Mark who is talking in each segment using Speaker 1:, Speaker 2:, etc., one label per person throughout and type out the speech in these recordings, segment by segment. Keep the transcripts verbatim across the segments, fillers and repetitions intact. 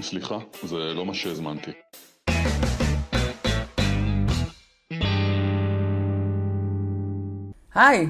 Speaker 1: סליחה, זה לא מה שהזמנתי.
Speaker 2: היי.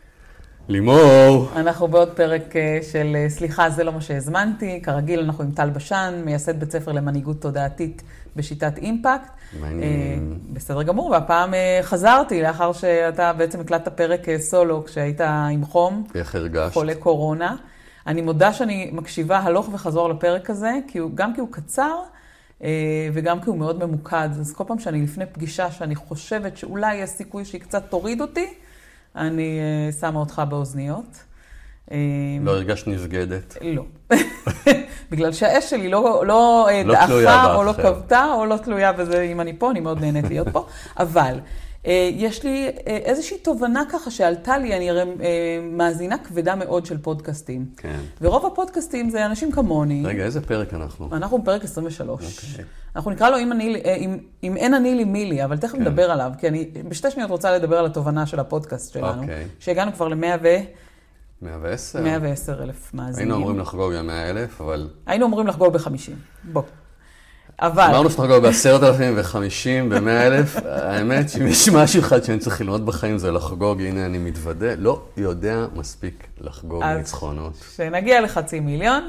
Speaker 3: לימור.
Speaker 2: אנחנו בעוד פרק של סליחה, זה לא מה שהזמנתי. כרגיל אנחנו עם טל בשן, מייסד בית ספר למנהיגות תודעתית בשיטת אימפקט.
Speaker 3: מעניין.
Speaker 2: בסדר גמור, והפעם חזרתי לאחר שאתה בעצם הקלטת פרק סולו כשהיית עם חום.
Speaker 3: איך הרגשת?
Speaker 2: חולה קורונה. אני מודה שאני מקשיבה הלוך וחזור לפרק הזה, כי הוא, גם כי הוא קצר וגם כי הוא מאוד ממוקד. אז כל פעם שאני לפני פגישה שאני חושבת שאולי יש סיכוי שהיא קצת תוריד אותי, אני שמה אותך באוזניות.
Speaker 3: לא הרגשת נבגדת?
Speaker 2: לא. בגלל שהאש שלי לא, לא דעכה או לא כבתה או לא תלויה בזה. אם אני פה, אני מאוד נהנית להיות פה. אבל יש לי איזושהי תובנה ככה שעלתה לי, אני הרי מאזינה כבדה מאוד של פודקאסטים.
Speaker 3: כן.
Speaker 2: ורוב הפודקאסטים זה אנשים כמוני.
Speaker 3: רגע, איזה פרק אנחנו?
Speaker 2: אנחנו בפרק עשרים ושלוש.
Speaker 3: אוקיי.
Speaker 2: אנחנו נקרא לו אם, אני, אם, אם אין אני לי מי לי, אבל תכף
Speaker 3: כן.
Speaker 2: נדבר עליו, כי אני בשתי שניות רוצה לדבר על התובנה של הפודקאסט שלנו.
Speaker 3: אוקיי.
Speaker 2: שהגענו כבר ל-מאה ו...
Speaker 3: מאה ועשר?
Speaker 2: מאה ועשר אלף מאזינים.
Speaker 3: היינו אמורים לחגוג ב-מאה אלף, אבל...
Speaker 2: היינו אמורים לחגוג ב-חמישים. בוא. אבל...
Speaker 3: אמרנו שנחגוג ב-עשרת אלפים וחמישים, ב-מאה אלף. האמת שאם יש משהו אחד שאני צריך ללמוד בחיים זה לחגוג, הנה אני מתוודה, לא יודע מספיק לחגוג ניצחונות.
Speaker 2: שנגיע לחצי מיליון.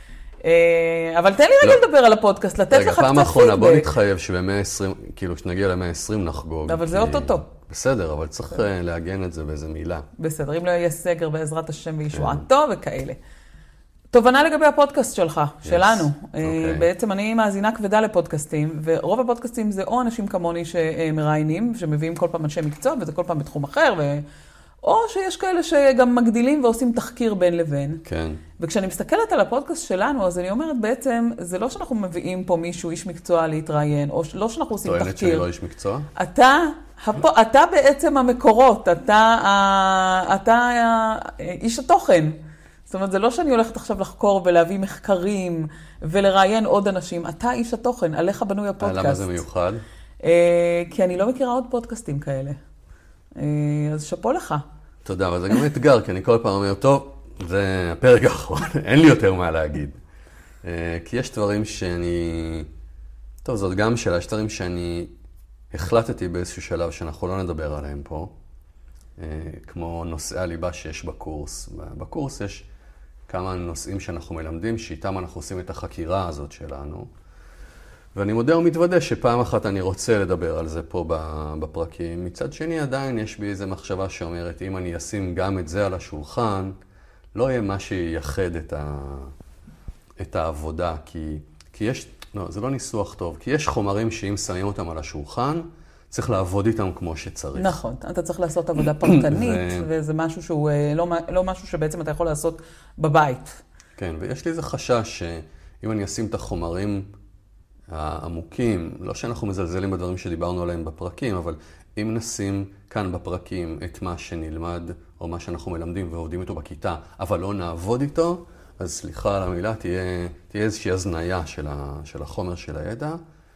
Speaker 2: אבל תן לי רגע לדבר על הפודקאסט, לתת לך קצת פידבק.
Speaker 3: רגע, פעם האחרונה, בוא נתחייב שב-מאה ועשרים, כאילו שנגיע ל-מאה ועשרים נחגוג.
Speaker 2: אבל זה אוטוטו.
Speaker 3: בסדר, אבל צריך לעגן את זה באיזה מילה.
Speaker 2: בסדר, אם לא יהיה סגר בעזרת השם וישועתו וכאלה. תובנה לגבי הפודקאסט שלך, שלנו. בעצם אני מאזינה כבדה לפודקאסטים, ורוב הפודקאסטים זה או אנשים כמוני שמראיינים, שמביאים כל פעם אנשי מקצוע, וזה כל פעם בתחום אחר, או שיש כאלה שגם מגדילים ועושים תחקיר בין לבין.
Speaker 3: כן.
Speaker 2: וכשאני מסתכלת על הפודקאסט שלנו, אז אני אומרת בעצם, זה לא שאנחנו מביאים פה מישהו, איש מקצוע להתראיין, או לא שאנחנו עושים תחקיר.
Speaker 3: טוענת שאני לא איש מקצוע?
Speaker 2: אתה, הפו, אתה בעצם המקורות, אתה, אתה איש התוכן. זאת אומרת, זה לא שאני הולכת עכשיו לחקור ולהביא מחקרים ולראיין עוד אנשים. אתה איש התוכן, עליך בנוי הפודקאסט.
Speaker 3: למה זה מיוחד?
Speaker 2: כי אני לא מכירה עוד פודקאסטים כאלה. אז שפו לך.
Speaker 3: תודה, אבל זה גם אתגר, כי אני כל פעם אומר, טוב, זה הפרק האחרון, אין לי יותר מה להגיד. כי יש דברים שאני... טוב, זאת גם שאלה, יש דברים שאני החלטתי באיזשהו שלב שאנחנו לא נדבר עליהם פה, כמו נושאי הליבה שיש בקורס. בקורס יש כמה נושאים שאנחנו מלמדים, שאיתם אנחנו עושים את החקירה הזאת שלנו. ואני מודה ומתוודה שפעם אחת אני רוצה לדבר על זה פה בפרקים. מצד שני עדיין יש בי איזו מחשבה שאומרת, אם אני אשים גם את זה על השולחן, לא יהיה מה שייחד את, ה... את העבודה. כי... כי יש, לא, זה לא ניסוח טוב, כי יש חומרים שאם שמים אותם על השולחן, צריך לעבוד איתם כמו שצריך.
Speaker 2: נכון, אתה צריך לעשות עבודה פרטנית, וזה משהו שהוא לא, לא משהו שבעצם אתה יכול לעשות בבית.
Speaker 3: כן, ויש לי איזה חשש שאם אני אשים את החומרים העמוקים, לא שאנחנו מזלזלים בדברים שדיברנו עליהם בפרקים, אבל אם נשים כאן בפרקים את מה שנלמד, או מה שאנחנו מלמדים ועובדים איתו בכיתה, אבל לא נעבוד איתו, אז סליחה על המילה, תהיה, תהיה איזושהי הזניה של, ה, של החומר של הידע,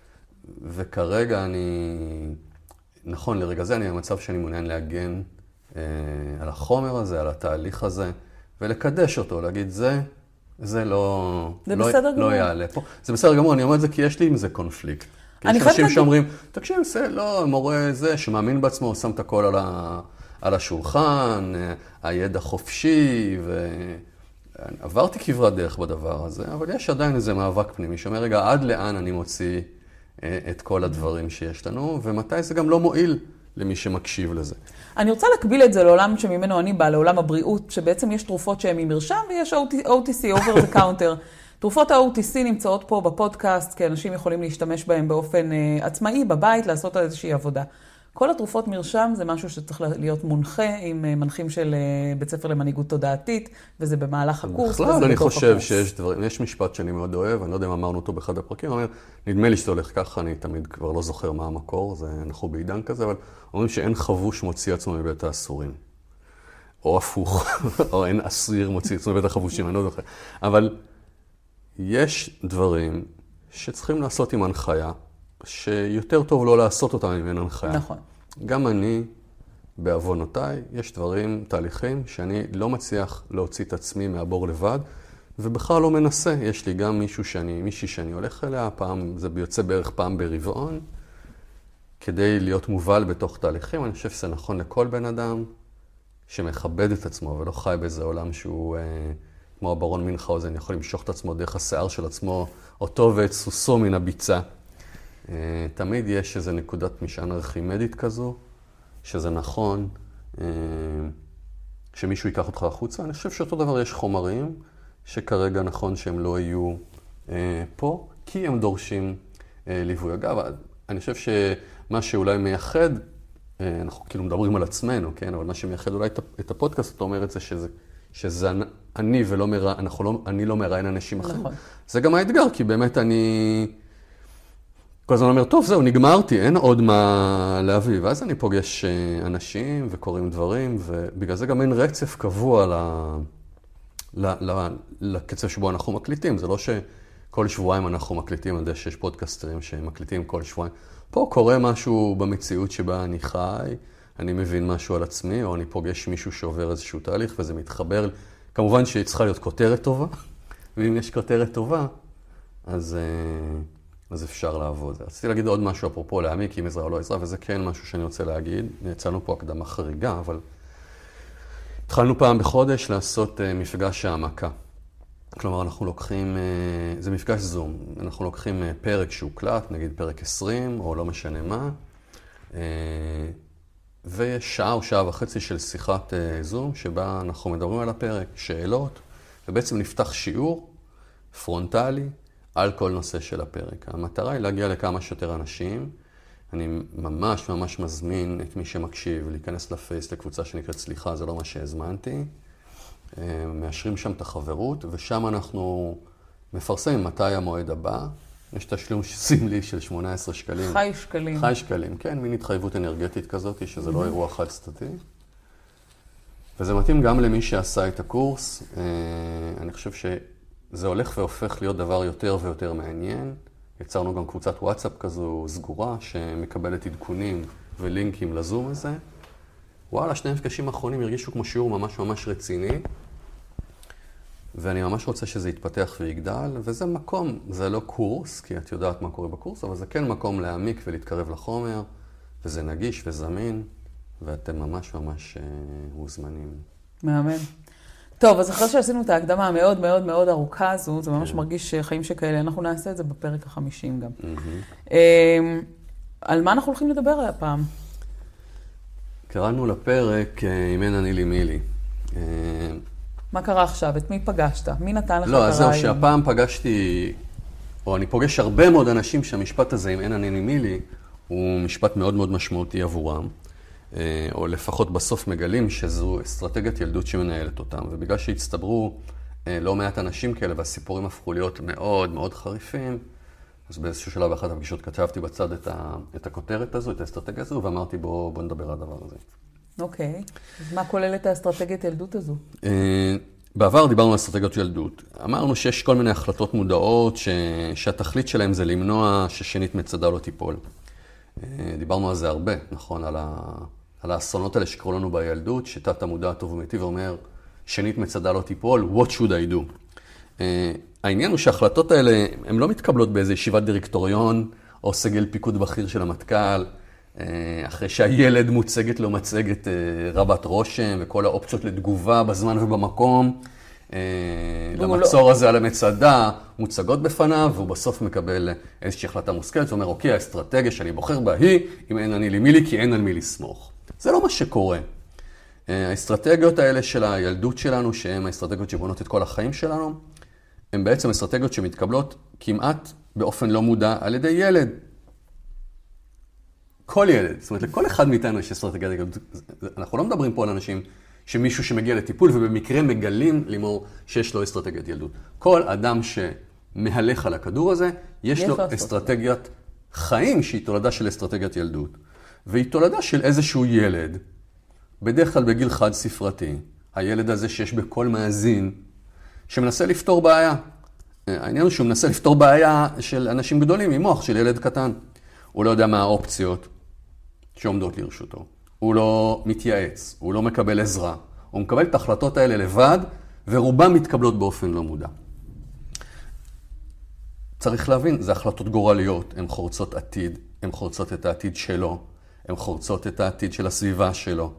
Speaker 3: וכרגע אני, נכון, לרגע זה אני במצב שאני מעוניין להגן אה, על החומר הזה, על התהליך הזה, ולקדש אותו, להגיד זה, זה לא,
Speaker 2: זה
Speaker 3: לא,
Speaker 2: בסדר
Speaker 3: לא
Speaker 2: גמור.
Speaker 3: יעלה פה. זה בסדר גמור, אני אומר את זה כי יש לי עם זה קונפליקט. כי יש אנשים שאומרים, תקשיב, זה לא מורה זה שמאמין בעצמו, שם את הכל על, ה, על השולחן, הידע חופשי, ועברתי כברת דרך בדבר הזה, אבל יש עדיין איזה מאבק פנימי, שאומר, רגע, עד לאן אני מוציא את כל הדברים שיש לנו, ומתי זה גם לא מועיל למי שמקשיב לזה.
Speaker 2: אני רוצה להקביל את זה לעולם שממנו אני באה, לעולם הבריאות, שבעצם יש תרופות שהן ממרשם ויש או טי סי, over the counter. תרופות ה-או טי סי נמצאות פה בפודקאסט, כי אנשים יכולים להשתמש בהן באופן uh, עצמאי, בבית, לעשות איזושהי עבודה. כל התרופות מרשם זה משהו שצריך להיות מונחה עם uh, מנחים של uh, בית ספר למנהיגות תודעתית, וזה במהלך הקורס.
Speaker 3: בכלל, אני חושב הקורס. שיש דברים, יש משפט שאני מאוד אוהב, אני לא יודע אם אמרנו אותו באחד הפרקים, אומר, נדמה לי שזה הולך ככה, אני תמיד כבר לא זוכר מה המקור, זה אנחנו בעידן כזה, אבל אומרים שאין חבוש מוציא עצמו מבית האסורים. או הפוך, או אין אסיר מוציא עצמו מבית החבושים, אני לא זוכר. אבל יש דברים שצריכים לעשות עם הנחיה, שיותר טוב לא לעשות אותם עם הנחיה.
Speaker 2: נכון.
Speaker 3: גם אני, בעוונותיי, יש דברים, תהליכים, שאני לא מצליח להוציא את עצמי מהבור לבד, ובכלל לא מנסה. יש לי גם מישהו שאני, מישהי שאני הולך אליה, פעם, זה יוצא בערך פעם ברבעון, כדי להיות מובל בתוך תהליכים. אני חושב שזה נכון לכל בן אדם שמכבד את עצמו ולא חי באיזה עולם שהוא, אה, כמו הברון מינכהאוזן, יכול למשוך את עצמו דרך השיער של עצמו, אותו ואת סוסו מן הביצה. אה, תמיד יש איזו נקודת משען ארכימדית כזו, שזה נכון, אה, שמישהו ייקח אותך החוצה. אני חושב שאותו דבר יש חומרים שכרגע נכון שהם לא יהיו אה, פה, כי הם דורשים אה, ליווי. אגב, אני חושב שמה שאולי מייחד, אה, אנחנו כאילו מדברים על עצמנו, כן? אבל מה שמייחד אולי את, את הפודקאסט, אתה אומר את זה שזה, שזה אני ולא מרא, אנחנו לא, אני לא מראיין אנשים אחרים.
Speaker 2: נכון.
Speaker 3: זה גם האתגר, כי באמת אני כל הזמן אומר, טוב, זהו, נגמרתי, אין עוד מה להביא. ואז אני פוגש אנשים וקוראים דברים, ובגלל זה גם אין רצף קבוע ל... ל... ל... לקצב שבו אנחנו מקליטים. זה לא שכל שבועיים אנחנו מקליטים, על זה שיש פודקאסטרים שמקליטים כל שבועיים. פה קורה משהו במציאות שבה אני חי, אני מבין משהו על עצמי, או אני פוגש מישהו שעובר איזשהו תהליך, וזה מתחבר. כמובן שהיא צריכה להיות כותרת טובה, ואם יש כותרת טובה, אז... אז אפשר לעבוד. רציתי להגיד עוד משהו אפרופו להעמיק, אם עזרה או לא עזרה, וזה כן משהו שאני רוצה להגיד. יצאנו פה הקדמה חריגה, אבל התחלנו פעם בחודש לעשות מפגש העמקה. כלומר, אנחנו לוקחים, זה מפגש זום, אנחנו לוקחים פרק שהוקלט, נגיד פרק עשרים, או לא משנה מה, ויש שעה או שעה וחצי של שיחת זום, שבה אנחנו מדברים על הפרק, שאלות, ובעצם נפתח שיעור פרונטלי, על כל נושא של הפרק. המטרה היא להגיע לכמה שיותר אנשים. אני ממש ממש מזמין את מי שמקשיב להיכנס לפייס לקבוצה שנקראת סליחה, זה לא מה שהזמנתי. מאשרים שם את החברות, ושם אנחנו מפרסמים מתי המועד הבא. יש תשלום סמלי של שמונה עשרה שקלים.
Speaker 2: חי שקלים.
Speaker 3: חי שקלים, כן, מין התחייבות אנרגטית כזאת, שזה לא אירוע חד צדדי. וזה מתאים גם למי שעשה את הקורס. אני חושב ש... זה הולך והופך להיות דבר יותר ויותר מעניין. יצרנו גם קבוצת וואטסאפ כזו סגורה, שמקבלת עדכונים ולינקים לזום הזה. וואלה, שני מפגשים האחרונים הרגישו כמו שיעור ממש ממש רציני, ואני ממש רוצה שזה יתפתח ויגדל, וזה מקום, זה לא קורס, כי את יודעת מה קורה בקורס, אבל זה כן מקום להעמיק ולהתקרב לחומר, וזה נגיש וזמין, ואתם ממש ממש אה, מוזמנים.
Speaker 2: מאמן. טוב, אז אחרי שעשינו את ההקדמה המאוד מאוד מאוד ארוכה הזו, זה ממש מרגיש חיים שכאלה, אנחנו נעשה את זה בפרק החמישים גם. על מה אנחנו הולכים לדבר הפעם?
Speaker 3: קראנו לפרק אם אין אני לי מי לי.
Speaker 2: מה קרה עכשיו? את מי פגשת? מי נתן לך את הרעיון?
Speaker 3: לא, אז זהו, שהפעם פגשתי, או אני פוגש הרבה מאוד אנשים שהמשפט הזה, אם אין אני לי מי לי, הוא משפט מאוד מאוד משמעותי עבורם. או לפחות בסוף מגלים שזו אסטרטגיית ילדות שמנהלת אותם. ובגלל שהצטברו לא מעט אנשים כאלה, והסיפורים הפכו להיות מאוד מאוד חריפים, אז באיזשהו שלב באחת הפגישות כתבתי בצד את, ה, את הכותרת הזו, את האסטרטגיה הזו, ואמרתי בוא, בוא נדבר על הדבר הזה.
Speaker 2: אוקיי. אז מה כולל את האסטרטגיית ילדות הזו?
Speaker 3: בעבר דיברנו על אסטרטגיות ילדות. אמרנו שיש כל מיני החלטות מודעות ש, שהתכלית שלהם זה למנוע ששנית מצדה לא תיפול. דיברנו על זה הרבה, נכון? על ה... על האסונות האלה שקראו לנו בילדות, שתת המודע הטוב ומטיב ואומר, שנית מצדה לא תיפול, what should I do? Uh, העניין הוא שההחלטות האלה, הן לא מתקבלות באיזו ישיבת דירקטוריון, או סגל פיקוד בכיר של המטכ"ל, uh, אחרי שהילד מוצגת לו מצגת uh, רבת רושם, וכל האופציות לתגובה בזמן ובמקום, uh, למצור לא... הזה על המצדה, מוצגות בפניו, והוא בסוף מקבל איזושהי החלטה מושכלת, ואומר, אוקיי, האסטרטגיה שאני בוחר בה היא, אם אין אני לי מי לי, כי אין על מי לסמוך. זה לא מה שקורה. האסטרטגיות האלה של הילדות שלנו, שהן האסטרטגיות שבונות את כל החיים שלנו, הן בעצם אסטרטגיות שמתקבלות כמעט באופן לא מודע על ידי ילד. כל ילד. זאת אומרת, לכל אחד מאיתנו יש אסטרטגיית ילדות. אנחנו לא מדברים פה על אנשים שמישהו שמגיע לטיפול ובמקרה מגלים לימור שיש לו אסטרטגיית ילדות. כל אדם שמהלך על הכדור הזה, יש, יש לו אסטרטגיית חיים שהיא תולדה של אסטרטגיית ילדות. והיא תולדה של איזשהו ילד, בדרך כלל בגיל חד ספרתי, הילד הזה שיש בכל מאזין, שמנסה לפתור בעיה. העניין הוא שהוא מנסה לפתור בעיה של אנשים גדולים, עם מוח של ילד קטן. הוא לא יודע מה האופציות שעומדות לרשותו. הוא לא מתייעץ, הוא לא מקבל עזרה. הוא מקבל את ההחלטות האלה לבד, ורובם מתקבלות באופן לא מודע. צריך להבין, זה החלטות גורליות, הן חורצות עתיד, הן חורצות את העתיד שלו, הן חורצות את העתיד של הסביבה שלו.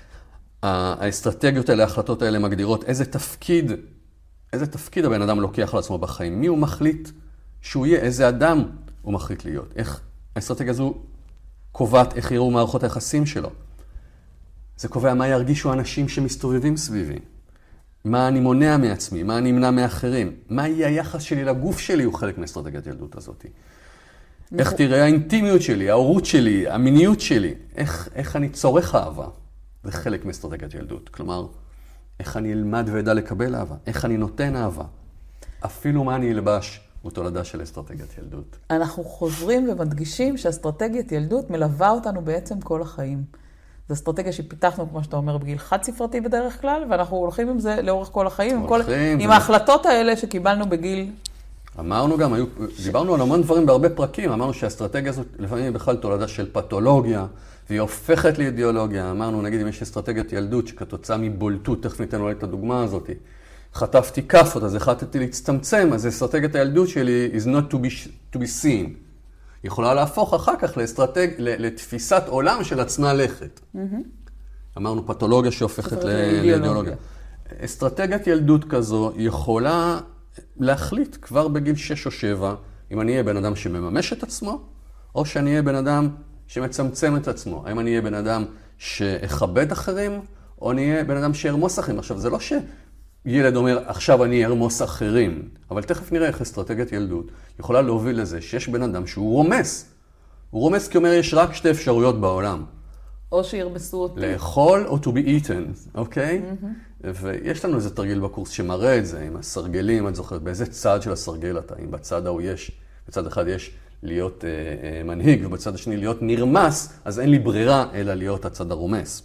Speaker 3: האסטרטגיות האלה, ההחלטות האלה מגדירות איזה תפקיד, איזה תפקיד הבן אדם לוקח לעצמו בחיים, מי הוא מחליט שהוא יהיה, איזה אדם הוא מחליט להיות, איך האסטרטגיה הזו קובעת איך יראו מערכות היחסים שלו. זה קובע מה ירגישו אנשים שמסתובבים סביבי. מה אני מונע מעצמי, מה אני אמנע מאחרים. מה יהיה היחס שלי לגוף שלי הוא חלק מאסטרטגיית ילדות הזאת. איך תראה האינטימיות שלי, ההורות שלי, המיניות שלי. איך, איך אני צורך אהבה. זה חלק מאסטרטגיית ילדות. כלומר, איך אני אלמד וידע לקבל אהבה. איך אני נותן אהבה. אפילו מה אני אלבש הוא תולדה של אסטרטגיית ילדות.
Speaker 2: אנחנו חוזרים ומדגישים שאסטרטגיית ילדות מלווה אותנו בעצם כל החיים. זו אסטרטגיה שפיתחנו, כמו שאתה אומר, בגיל חד ספרתי בדרך כלל, ואנחנו הולכים עם זה לאורך כל החיים, עם, כל, עם ההחלטות האלה שקיבלנו בגיל.
Speaker 3: אמרנו גם, היו, דיברנו על המון דברים בהרבה פרקים, אמרנו שהאסטרטגיה הזאת לפעמים היא בכלל תולדה של פתולוגיה, והיא הופכת לאידיאולוגיה. אמרנו, נגיד, אם יש אסטרטגיית ילדות שכתוצאה מבולטות, תכף ניתן אולי את הדוגמה הזאת, חטפתי כפות, אז החלטתי להצטמצם, אז אסטרטגיית הילדות שלי is not to be, to be seen. יכולה להפוך אחר כך לאסטרטג... לתפיסת עולם של עצמה לכת. Mm-hmm. אמרנו פתולוגיה שהופכת לאידיאולוגיה. אסטרטגיית ילדות כזו יכולה להחליט כבר בגיל שש או שבע, אם אני אהיה בן אדם שמממש את עצמו, או שאני אהיה בן אדם שמצמצם את עצמו. האם אני אהיה בן אדם שאכבד אחרים, או אני אהיה בן אדם שירמוס אחרים. עכשיו, זה לא שילד אומר, עכשיו אני ארמוס אחרים, אבל תכף נראה איך אסטרטגיית ילדות יכולה להוביל לזה שיש בן אדם שהוא רומס. הוא רומס כי אומר, יש רק שתי אפשרויות בעולם.
Speaker 2: או שירמסו אותי.
Speaker 3: לאכול או to be eaten, אוקיי? Mm-hmm. ויש לנו איזה תרגיל בקורס שמראה את זה, עם הסרגלים, את זוכרת, באיזה צד של הסרגל אתה, אם בצד ההוא יש, בצד אחד יש להיות אה, אה, מנהיג, ובצד השני להיות נרמס, אז אין לי ברירה אלא להיות הצד הרומס.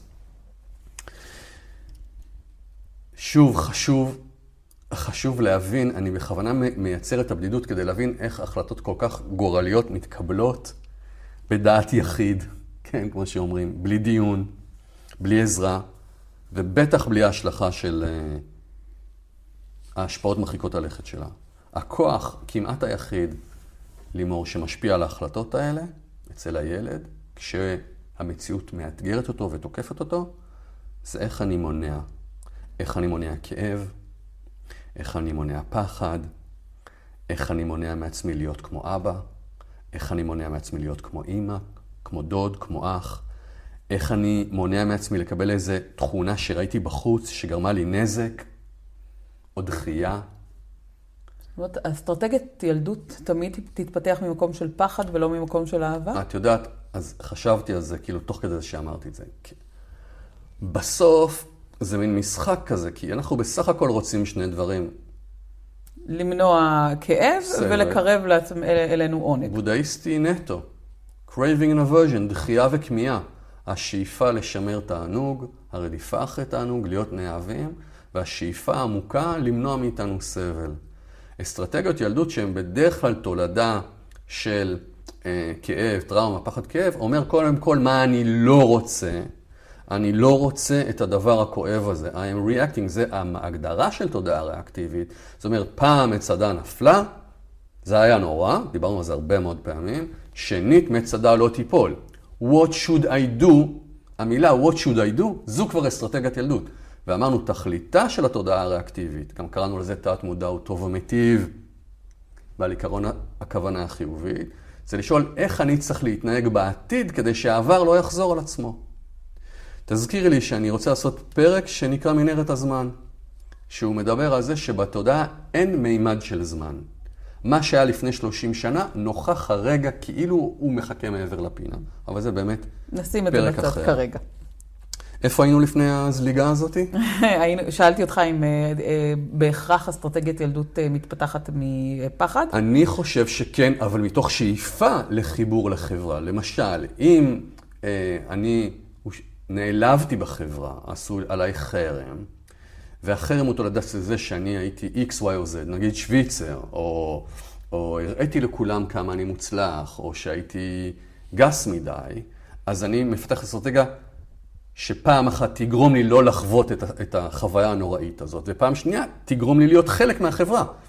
Speaker 3: שוב, חשוב, חשוב להבין, אני בכוונה מייצר את הבדידות כדי להבין איך החלטות כל כך גורליות מתקבלות בדעת יחיד, כן, כמו שאומרים, בלי דיון, בלי עזרה, ובטח בלי ההשלכה של uh, ההשפעות מרחיקות הלכת שלה. הכוח כמעט היחיד לימור שמשפיע על ההחלטות האלה אצל הילד, כשהמציאות מאתגרת אותו ותוקפת אותו, זה איך אני מונע. איך אני מונע כאב, איך אני מונע פחד, איך אני מונע מעצמי להיות כמו אבא, איך אני מונע מעצמי להיות כמו אמא, כמו דוד, כמו אח, איך אני מונע מעצמי לקבל איזו תכונה שראיתי בחוץ, שגרמה לי נזק, או דחייה.
Speaker 2: זאת אומרת, אסטרטגיית ילדות תמיד תתפתח ממקום של פחד ולא ממקום של אהבה?
Speaker 3: את יודעת, אז חשבתי על זה, כאילו, תוך כדי שאמרתי את זה. בסוף, זה מין משחק כזה, כי אנחנו בסך הכל רוצים שני דברים.
Speaker 2: למנוע כאב ולקרב לעצמ... אלינו עונג.
Speaker 3: בודהיסטי נטו. craving and aversion, דחייה וכמיהה. השאיפה לשמר תענוג, הרדיפה אחרי תענוג, להיות נאהבים, והשאיפה העמוקה למנוע מאיתנו סבל. אסטרטגיות ילדות שהן בדרך כלל תולדה של אה, כאב, טראומה, פחד כאב, אומר קודם כל מה אני לא רוצה. אני לא רוצה את הדבר הכואב הזה. I am reacting, זה ההגדרה של תודעה ריאקטיבית. זאת אומרת, פעם מצדה נפלה, זה היה נורא, דיברנו על זה הרבה מאוד פעמים. שנית, מצדה לא תיפול. What should I do? המילה what should I do? זו כבר אסטרטגיית ילדות. ואמרנו, תכליתה של התודעה הריאקטיבית, גם קראנו לזה תת מודע הוא טוב ומיטיב, ועל עיקרון הכוונה החיובית, זה לשאול איך אני צריך להתנהג בעתיד כדי שהעבר לא יחזור על עצמו. תזכירי לי שאני רוצה לעשות פרק שנקרא מנהרת הזמן, שהוא מדבר על זה שבתודעה אין מימד של זמן. מה שהיה לפני שלושים שנה נוכח הרגע כאילו הוא מחכה מעבר לפינה. אבל זה באמת פרק אחר.
Speaker 2: נשים את זה בצד כרגע.
Speaker 3: איפה היינו לפני הזליגה הזאת?
Speaker 2: שאלתי אותך אם בהכרח אסטרטגיית ילדות מתפתחת מפחד?
Speaker 3: אני חושב שכן, אבל מתוך שאיפה לחיבור לחברה. למשל, אם אני נעלבתי בחברה, עשו עליי חרם, והחרם הוא תולדה לזה שאני הייתי X, Y או Z, נגיד שוויצר, או, או הראיתי לכולם כמה אני מוצלח, או שהייתי גס מדי, אז אני מפתח אסטרטגיה שפעם אחת תגרום לי לא לחוות את, את החוויה הנוראית הזאת, ופעם שנייה תגרום לי להיות חלק מהחברה.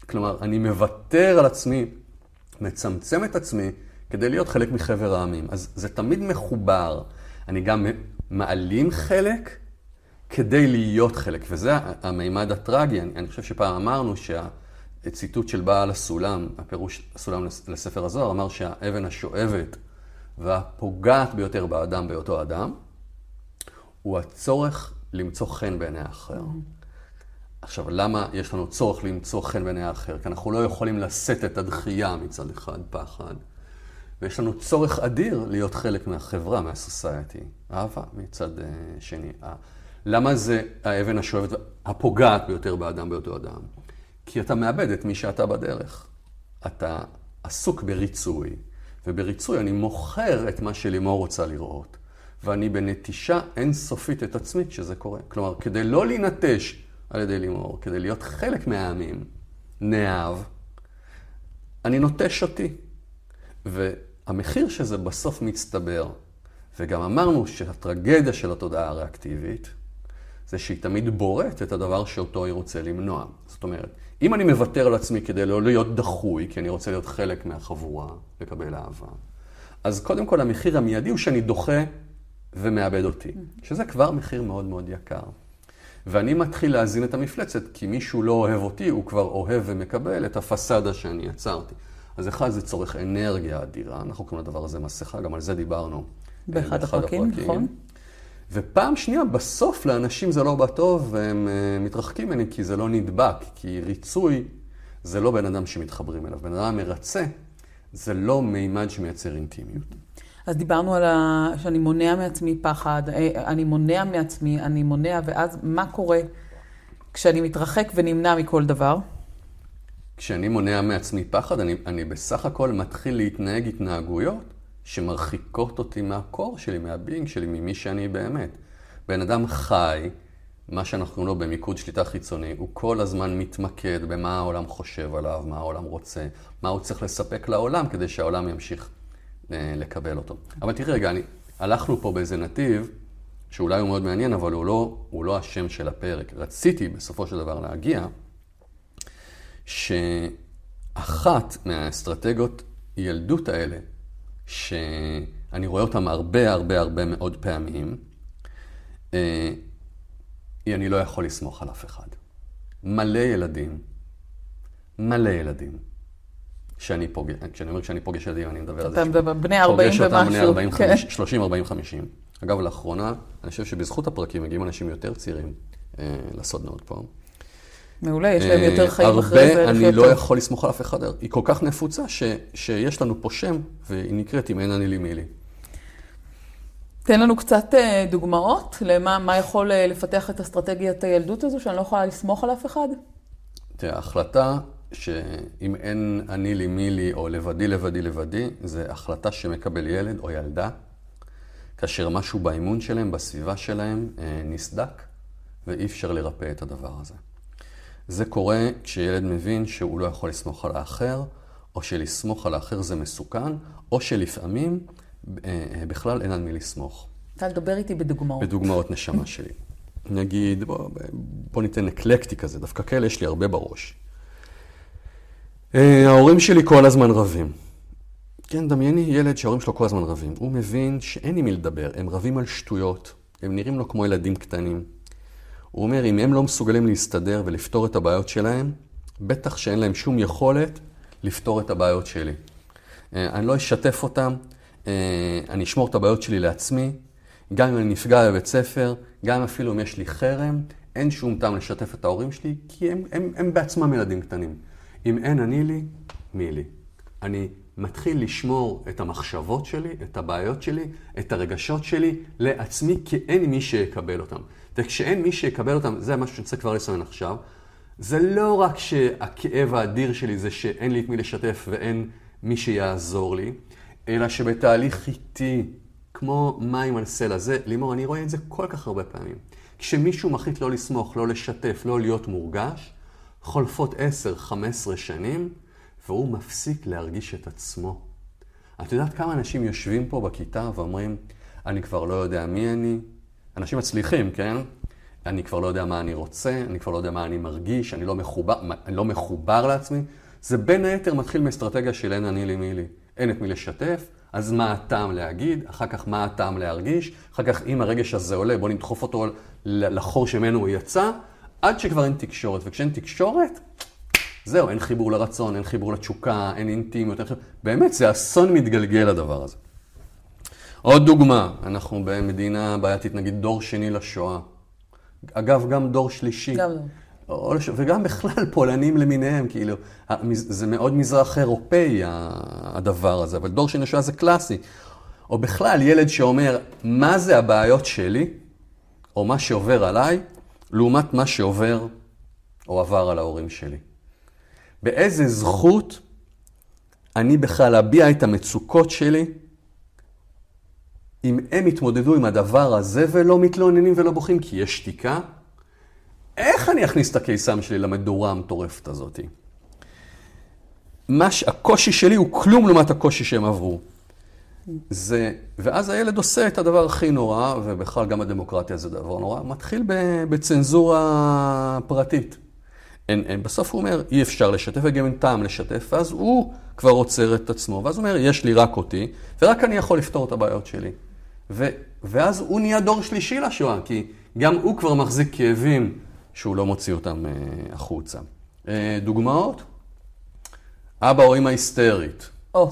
Speaker 3: כלומר, אני מוותר על עצמי, מצמצם את עצמי, כדי להיות חלק מחבר העמים. אז זה תמיד מחובר. אני גם מעלים חלק כדי להיות חלק, וזה המימד הטרגי. אני, אני חושב שפעם אמרנו שהציטוט של בעל הסולם, הפירוש הסולם לספר הזוהר, אמר שהאבן השואבת והפוגעת ביותר באדם באותו אדם, הוא הצורך למצוא חן בעיני האחר. עכשיו, למה יש לנו צורך למצוא חן בעיני האחר? כי אנחנו לא יכולים לשאת את הדחייה מצד אחד, פחד. ויש לנו צורך אדיר להיות חלק מהחברה, מהסוסייטי. אהבה מצד uh, שני. למה זה האבן השואבת הפוגעת ביותר באדם באותו אדם? כי אתה מאבד את מי שאתה בדרך. אתה עסוק בריצוי, ובריצוי אני מוכר את מה שלימור רוצה לראות. ואני בנטישה אינסופית את עצמי כשזה קורה. כלומר, כדי לא להינטש על ידי לימור, כדי להיות חלק מהעמים, נאהב, אני נוטש אותי. והמחיר שזה בסוף מצטבר, וגם אמרנו שהטרגדיה של התודעה הריאקטיבית, זה שהיא תמיד בוראת את הדבר שאותו היא רוצה למנוע. זאת אומרת, אם אני מוותר על עצמי כדי לא להיות דחוי, כי אני רוצה להיות חלק מהחבורה, לקבל אהבה, אז קודם כל המחיר המיידי הוא שאני דוחה ומאבד אותי, שזה כבר מחיר מאוד מאוד יקר. ואני מתחיל להזין את המפלצת, כי מישהו לא אוהב אותי, הוא כבר אוהב ומקבל את הפסדה שאני יצרתי. אז אחד זה צורך אנרגיה אדירה, אנחנו קוראים לדבר הזה מסכה, גם על זה דיברנו.
Speaker 2: באחד הפרקים, נכון.
Speaker 3: ופעם שנייה, בסוף לאנשים זה לא בא טוב, והם uh, מתרחקים ממני, כי זה לא נדבק, כי ריצוי זה לא בן אדם שמתחברים אליו. בן אדם מרצה, זה לא מימד שמייצר אינטימיות.
Speaker 2: אז דיברנו על ה... שאני מונע מעצמי פחד, אני מונע מעצמי, אני מונע, ואז מה קורה כשאני מתרחק ונמנע מכל דבר?
Speaker 3: כשאני מונע מעצמי פחד, אני, אני בסך הכל מתחיל להתנהג התנהגויות שמרחיקות אותי מהקור שלי, מהבינג שלי, ממי שאני באמת. בן אדם חי, מה שאנחנו לא במיקוד שליטה חיצוני, הוא כל הזמן מתמקד במה העולם חושב עליו, מה העולם רוצה, מה הוא צריך לספק לעולם כדי שהעולם ימשיך לקבל אותו. אבל תראה רגע, אני, הלכנו פה באיזה נתיב, שאולי הוא מאוד מעניין, אבל הוא לא, הוא לא השם של הפרק. רציתי בסופו של דבר להגיע, שאחת מהאסטרטגיות ילדות האלה, שאני רואה אותם הרבה הרבה הרבה מאוד פעמים, היא אני לא יכול לסמוך על אף אחד. מלא ילדים, מלא ילדים. שאני פוגש, כשאני אומר כשאני פוגש ילדים, אני מדבר על זה.
Speaker 2: אתה בני ארבעים ומשהו.
Speaker 3: פוגש אותם בני שלושים, ארבעים, חמישים. אגב, לאחרונה, אני חושב שבזכות הפרקים מגיעים אנשים יותר צעירים לסודנות פה.
Speaker 2: מעולה, יש להם יותר חיים אחרי זה.
Speaker 3: הרבה, אני לא יכול לסמוך על אף אחד. היא כל כך נפוצה שיש לנו פה שם, והיא נקראת אם אין אני לי מי לי.
Speaker 2: תן לנו קצת דוגמאות למה מה יכול לפתח את אסטרטגיית הילדות הזו, שאני לא יכולה לסמוך על אף אחד?
Speaker 3: תראה, ההחלטה שאם אין אני לי מי לי או לבדי לבדי לבדי, זה החלטה שמקבל ילד או ילדה, כאשר משהו באימון שלהם, בסביבה שלהם, נסדק, ואי אפשר לרפא את הדבר הזה. זה קורה כשילד מבין שהוא לא יכול לסמוך על האחר, או שלסמוך על האחר זה מסוכן, או שלפעמים בכלל אין על מי לסמוך.
Speaker 2: אתה לדבר איתי בדוגמאות.
Speaker 3: בדוגמאות נשמה שלי. נגיד, בוא, בוא ניתן אקלקטי כזה, דווקא כאלה יש לי הרבה בראש. ההורים שלי כל הזמן רבים. כן, דמייני ילד שההורים שלו כל הזמן רבים. הוא מבין שאין עם מי לדבר, הם רבים על שטויות, הם נראים לו כמו ילדים קטנים. הוא אומר, אם הם לא מסוגלים להסתדר ולפתור את הבעיות שלהם, בטח שאין להם שום יכולת לפתור את הבעיות שלי. אני לא אשתף אותם, אני אשמור את הבעיות שלי לעצמי, גם אם אני נפגע בבית ספר, גם אפילו אם יש לי חרם, אין שום טעם לשתף את ההורים שלי, כי הם, הם, הם בעצמם ילדים קטנים. אם אין אני לי, מי לי? אני מתחיל לשמור את המחשבות שלי, את הבעיות שלי, את הרגשות שלי לעצמי, כי אין מי שיקבל אותם. וכשאין מי שיקבל אותם, זה מה שצריך כבר לסמן עכשיו, זה לא רק שהכאב האדיר שלי זה שאין לי את מי לשתף ואין מי שיעזור לי, אלא שבתהליך איתי, כמו מים על סלע, זה, לימור, אני רואה את זה כל כך הרבה פעמים. כשמישהו מחליט לא לסמוך, לא לשתף, לא להיות מורגש, חולפות עשר, חמש עשרה שנים, והוא מפסיק להרגיש את עצמו. את יודעת כמה אנשים יושבים פה בכיתה ואומרים, אני כבר לא יודע מי אני? אנשים מצליחים, כן? אני כבר לא יודע מה אני רוצה, אני כבר לא יודע מה אני מרגיש, אני לא מחובר, אני לא מחובר לעצמי. זה בין היתר מתחיל מאסטרטגיה של אין אני לי מי לי. אין את מי לשתף, אז מה הטעם להגיד, אחר כך מה הטעם להרגיש, אחר כך אם הרגש הזה עולה, בוא נדחוף אותו לחור שמנו הוא יצא, עד שכבר אין תקשורת. וכשאין תקשורת, זהו, אין חיבור לרצון, אין חיבור לתשוקה, אין אינטימיות, אין חיבור. באמת, זה אסון מתגלגל הדבר הזה. עוד דוגמה, אנחנו במדינה בעייתית, נגיד דור שני לשואה. אגב, גם דור שלישי.
Speaker 2: גם לא.
Speaker 3: וגם בכלל פולנים למיניהם, כאילו, זה מאוד מזרח אירופאי הדבר הזה, אבל דור שני לשואה זה קלאסי. או בכלל ילד שאומר, מה זה הבעיות שלי, או מה שעובר עליי, לעומת מה שעובר או עבר על ההורים שלי. באיזה זכות אני בכלל אביע את המצוקות שלי, אם הם יתמודדו עם הדבר הזה ולא מתלוננים ולא בוכים, כי יש שתיקה, איך אני אכניס את הקיסם שלי למדורה המטורפת הזאת? מה הקושי שלי הוא כלום לעומת הקושי שהם עברו. זה, ואז הילד עושה את הדבר הכי נורא, ובכלל גם הדמוקרטיה זה דבר נורא, מתחיל בצנזורה פרטית. אין, אין, בסוף הוא אומר, אי אפשר לשתף, וגם אין טעם לשתף, ואז הוא כבר עוצר את עצמו, ואז הוא אומר, יש לי רק אותי, ורק אני יכול לפתור את הבעיות שלי. ו, ואז הוא נהיה דור שלישי לשואה, כי גם הוא כבר מחזיק כאבים שהוא לא מוציא אותם אה, החוצה. אה, דוגמאות? אבא או אמא היסטרית.
Speaker 2: או.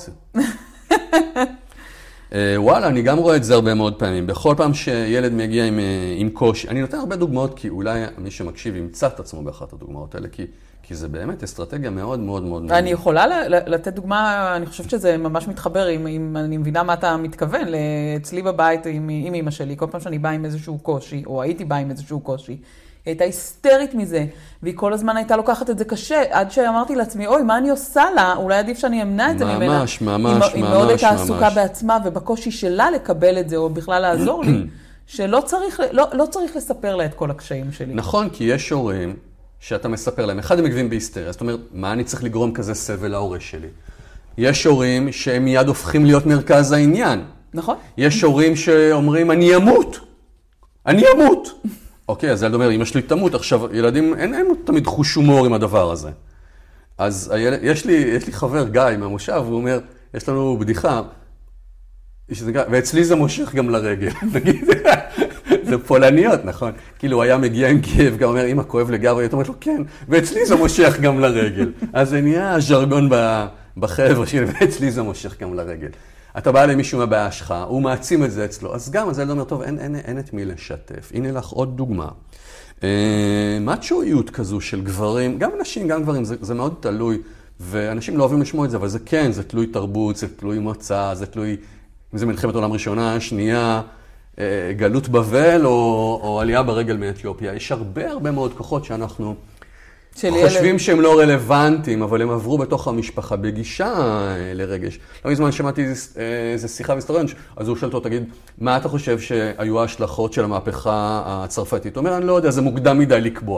Speaker 3: אה, וואלה, אני גם רואה את זה הרבה מאוד פעמים. בכל פעם שילד מגיע עם, עם קושי, אני נותן הרבה דוגמאות, כי אולי מי שמקשיב ימצא את עצמו באחת הדוגמאות האלה, כי, כי זה באמת אסטרטגיה מאוד מאוד מאוד...
Speaker 2: אני יכולה לתת דוגמה, אני חושבת שזה ממש מתחבר, אם, אם אני מבינה מה אתה מתכוון, אצלי בבית עם, עם אמא שלי, כל פעם שאני באה עם איזשהו קושי, או הייתי באה עם איזשהו קושי, היא הייתה היסטרית מזה, והיא כל הזמן הייתה לוקחת את זה קשה, עד שאמרתי לעצמי, אוי, מה אני עושה לה? אולי עדיף שאני אמנע את זה ממנה.
Speaker 3: ממש, ממש, ממש, ממש.
Speaker 2: היא מאוד הייתה עסוקה בעצמה, ובקושי שלה לקבל את זה, או בכלל לעזור לי, שלא צריך, לא, לא צריך לספר לה את כל הקשיים שלי.
Speaker 3: נכון, כי יש הורים שאתה מספר להם, אחד הם מגבים בהיסטריה, זאת אומרת, מה אני צריך לגרום כזה סבל להורה שלי? יש הורים שהם מיד הופכים להיות מרכז העניין.
Speaker 2: נכון.
Speaker 3: יש הורים שאומרים, אני אמות. אני אמות. אוקיי, אז ילד אומר, אמא שלי תמות. עכשיו, ילדים, אין, אין תמיד חוש הומור עם הדבר הזה. אז הילד, יש לי, יש לי חבר, גיא, מהמושב, הוא אומר, יש לנו בדיחה, ואצלי זה מושך גם לרגל. נגיד, זה פולניות, נכון? כאילו, הוא היה מגיע עם כאב, גם אומר, אמא, כואב לגב, והיא אומרת לו, כן, ואצלי זה מושך גם לרגל. אז זה נהיה ז'רגון בחבר'ה שלי, ואצלי זה מושך גם לרגל. אתה בא למישהו מהבעיה שלך, הוא מעצים את זה אצלו, אז גם, אז הילד אומר, טוב, אין, אין, אין את מי לשתף. הנה לך עוד דוגמה. מצ'ואיות כזו של גברים, גם נשים, גם גברים, זה, זה מאוד תלוי, ואנשים לא אוהבים לשמוע את זה, אבל זה כן, זה תלוי תרבות, זה תלוי מוצא, זה תלוי, אם זה מלחמת עולם ראשונה, שנייה, גלות בבל, או, או עלייה ברגל מאתיופיה. יש הרבה הרבה מאוד כוחות שאנחנו חושבים ילד... שהם לא רלוונטיים, אבל הם עברו בתוך המשפחה בגישה לרגש. לא מזמן שמעתי איזו שיחה בהיסטוריון, אז הוא שואל אותו, תגיד, מה אתה חושב שהיו ההשלכות של המהפכה הצרפתית? הוא אומר, אני לא יודע, זה מוקדם מדי לקבוע.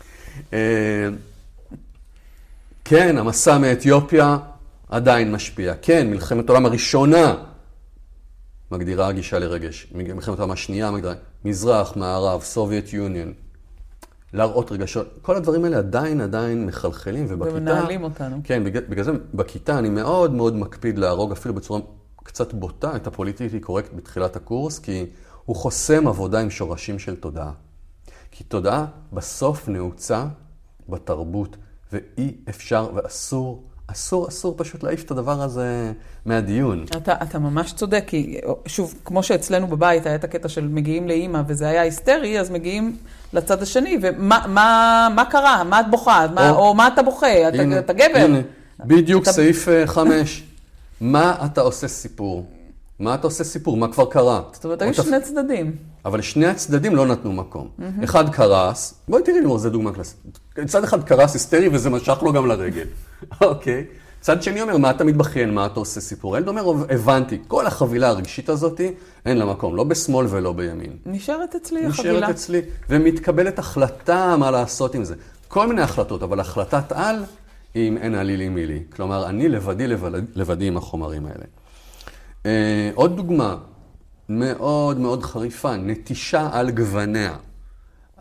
Speaker 3: כן, המסע מאתיופיה עדיין משפיע. כן, מלחמת העולם הראשונה מגדירה הגישה לרגש. מלחמת העולם השנייה מגדירה מזרח, מערב, סובייט יוניון. להראות רגשות. כל הדברים האלה עדיין עדיין מחלחלים, ובכיתה...
Speaker 2: ומנהלים אותנו.
Speaker 3: כן, בגלל, בגלל זה בכיתה אני מאוד מאוד מקפיד להרוג אפילו בצורה קצת בוטה את הפוליטיקלי קורקט בתחילת הקורס, כי הוא חוסם עבודה עם שורשים של תודעה. כי תודעה בסוף נעוצה בתרבות, ואי אפשר ואסור, אסור, אסור פשוט להעיף את הדבר הזה מהדיון. אתה,
Speaker 2: אתה ממש צודק, כי שוב, כמו שאצלנו בבית היה את הקטע של מגיעים לאמא, וזה היה היסטרי, אז מגיעים לצד השני, ומה מה, מה קרה? מה את בוכה? מה, או, או מה אתה בוכה? אתה, הנה, אתה גבר?
Speaker 3: הנה, בדיוק אתה... סעיף חמש. מה אתה עושה סיפור? מה אתה עושה סיפור? מה כבר קרה?
Speaker 2: זאת אומרת, היו שני צדדים.
Speaker 3: אבל שני הצדדים לא נתנו מקום. Mm-hmm. אחד קרס, בואי תראי לי, זה דוגמה קלאסית. צד אחד קרס היסטרי וזה משך לו גם לרגל. אוקיי. צד שני אומר, מה אתה מתבכיין, מה אתה עושה סיפור? הילד אומר, הבנתי, כל החבילה הרגשית הזאת, אין לה מקום, לא בשמאל ולא בימין.
Speaker 2: נשארת אצלי החבילה.
Speaker 3: נשארת אצלי, ומתקבלת החלטה מה לעשות עם זה. כל מיני החלטות, אבל החלטת על, אם אין עלי לי מי לי. כלומר, אני לבדי לבדי עם החומרים האלה. אה, עוד דוגמה, מאוד מאוד חריפה, נטישה על גווניה.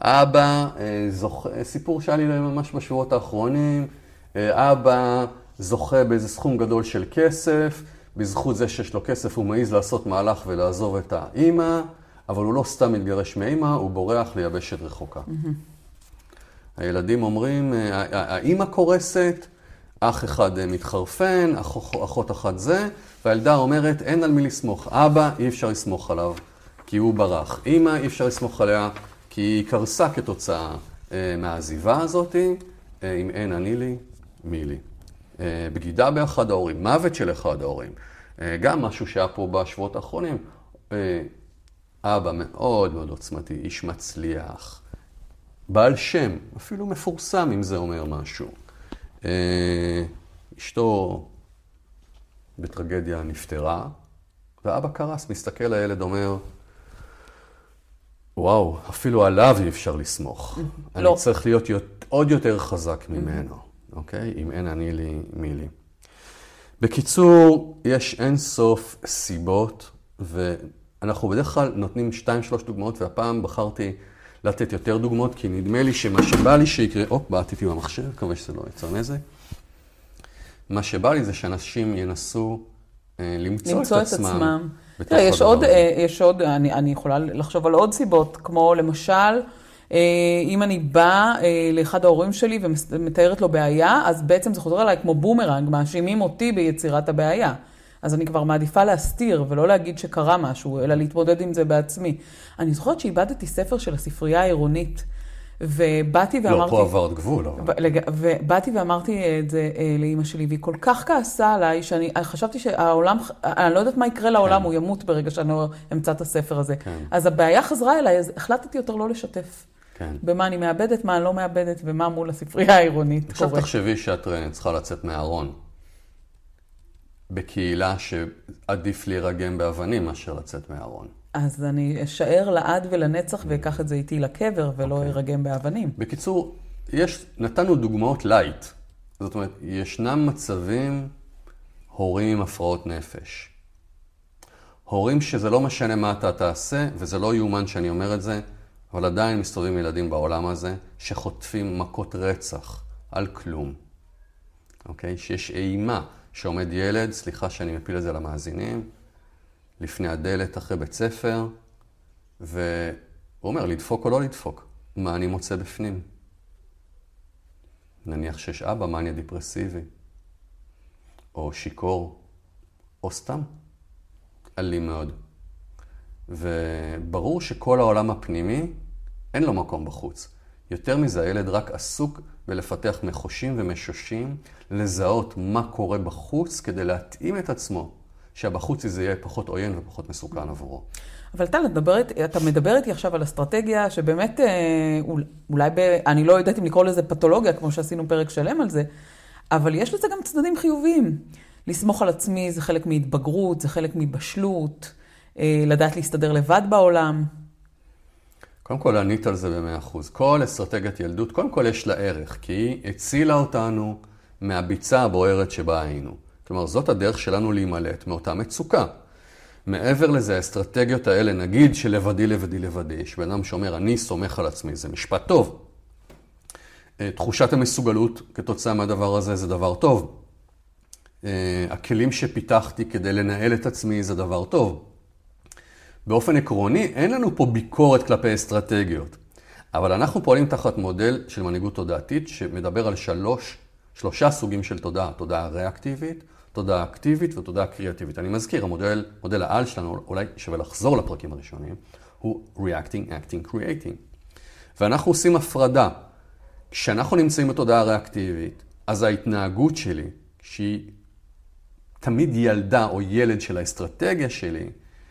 Speaker 3: אבא, זוכה, סיפור שהיה לי ממש בשבועות האחרונים, אבא זוכה באיזה סכום גדול של כסף, בזכות זה שיש לו כסף הוא מעיז לעשות מהלך ולעזוב את האמא, אבל הוא לא סתם מתגרש מאמא, הוא בורח ליבשת רחוקה. Mm-hmm. הילדים אומרים, האמא קורסת, אח אחד מתחרפן, אח, אחות אחת זה, והילדה אומרת, אין על מי לסמוך. אבא, אי אפשר לסמוך עליו, כי הוא ברח. אמא, אי אפשר לסמוך עליה, כי היא קרסה כתוצאה אה, מהעזיבה הזאת, אה, אם אין אני לי, מי לי. אה, בגידה באחד ההורים, מוות של אחד ההורים. אה, גם משהו שהיה פה בשבועות האחרונים, אה, אבא מאוד מאוד עוצמתי, איש מצליח, בעל שם, אפילו מפורסם אם זה אומר משהו. אה, אשתו בטרגדיה נפטרה, ואבא קרס, מסתכל לילד, אומר, וואו, אפילו עליו אי אפשר לסמוך. אני צריך להיות עוד יותר חזק ממנו, אוקיי? אם אין אני לי, מי לי. בקיצור, יש אין סוף סיבות, ואנחנו בדרך כלל נותנים שתיים, שלוש דוגמאות, והפעם בחרתי לתת יותר דוגמאות, כי נדמה לי שמה שבא לי שיקרה, אופ, בעטיתי במחשב, מקווה שזה לא יצר נזק. מה שבא לי זה שאנשים ינסו אה, למצוא, למצוא את, את עצמם. עצמם. תראה, יש עוד, אה, יש עוד, אני, אני יכולה לחשוב על עוד סיבות, כמו למשל, אה, אם אני באה אה, לאחד ההורים שלי ומתארת לו בעיה, אז בעצם זה חוזר אליי כמו בומרנג, מאשימים אותי ביצירת הבעיה. אז אני כבר מעדיפה להסתיר ולא להגיד שקרה משהו, אלא להתמודד עם זה בעצמי. אני זוכרת שאיבדתי ספר של הספרייה העירונית, ובאתי ואמרתי... לא, פה עברת גבול.
Speaker 2: ובאתי ואמרתי את זה לאמא שלי, והיא כל כך כעסה עליי, שאני חשבתי שהעולם, אני לא יודעת מה יקרה לעולם, הוא ימות ברגע שאני אמצא את הספר הזה. אז הבעיה חזרה אליי, אז החלטתי יותר לא לשתף. במה אני מאבדת, מה אני לא מאבדת, ומה מול הספרייה העירונית קורה.
Speaker 3: עכשיו תחשבי שאת צריכה לצאת מהארון. בקהילה שעדיף להירגם באבנים מאשר לצאת מהארון.
Speaker 2: אז אני אשאר לעד ולנצח ואקח את זה איתי לקבר ולא okay. ירגם באבנים.
Speaker 3: בקיצור, יש, נתנו דוגמאות לייט. זאת אומרת, ישנם מצבים הורים עם הפרעות נפש. הורים שזה לא משנה מה אתה תעשה, וזה לא יאומן שאני אומר את זה, אבל עדיין מסתובבים ילדים בעולם הזה שחוטפים מכות רצח על כלום. אוקיי? שיש אימה שעומד ילד, סליחה שאני מפיל את זה למאזינים, לפני הדלת אחרי בית ספר, והוא אומר, לדפוק או לא לדפוק, מה אני מוצא בפנים? נניח שיש אבא, מניה דיפרסיבי, או שיקור, או סתם, אלים מאוד. וברור שכל העולם הפנימי, אין לו מקום בחוץ. יותר מזה, הילד רק עסוק בלפתח מחושים ומשושים, לזהות מה קורה בחוץ כדי להתאים את עצמו. שהבחוץ זה יהיה פחות עוין ופחות מסוכן עבורו.
Speaker 2: אבל אתה מדבר, אתה מדבר איתי עכשיו על אסטרטגיה שבאמת, אולי, ב, אני לא יודעת אם לקרוא לזה פתולוגיה, כמו שעשינו פרק שלם על זה, אבל יש לזה גם צדדים חיוביים. לסמוך על עצמי זה חלק מהתבגרות, זה חלק מבשלות, לדעת להסתדר לבד בעולם.
Speaker 3: קודם כל, ענית על זה ב-מאה אחוז. כל אסטרטגיית ילדות, קודם כל יש לה ערך, כי היא הצילה אותנו מהביצה הבוערת שבה היינו. כלומר, זאת הדרך שלנו להימלט מאותה מצוקה. מעבר לזה, האסטרטגיות האלה, נגיד שלבדי, לבדי, לבדי, שבן אדם שאומר, אני סומך על עצמי, זה משפט טוב. תחושת המסוגלות כתוצאה מהדבר הזה זה דבר טוב. הכלים שפיתחתי כדי לנהל את עצמי זה דבר טוב. באופן עקרוני, אין לנו פה ביקורת כלפי אסטרטגיות. אבל אנחנו פועלים תחת מודל של מנהיגות תודעתית, שמדבר על שלוש, שלושה סוגים של תודעה. תודעה ריאקטיבית, תודעה אקטיבית ותודעה קריאטיבית. אני מזכיר, המודל, מודל העל שלנו, אולי שווה לחזור לפרקים הראשונים, הוא reacting, acting, creating. ואנחנו עושים הפרדה. כשאנחנו נמצאים בתודעה ריאקטיבית, אז ההתנהגות שלי, שהיא תמיד ילדה או ילד של האסטרטגיה שלי,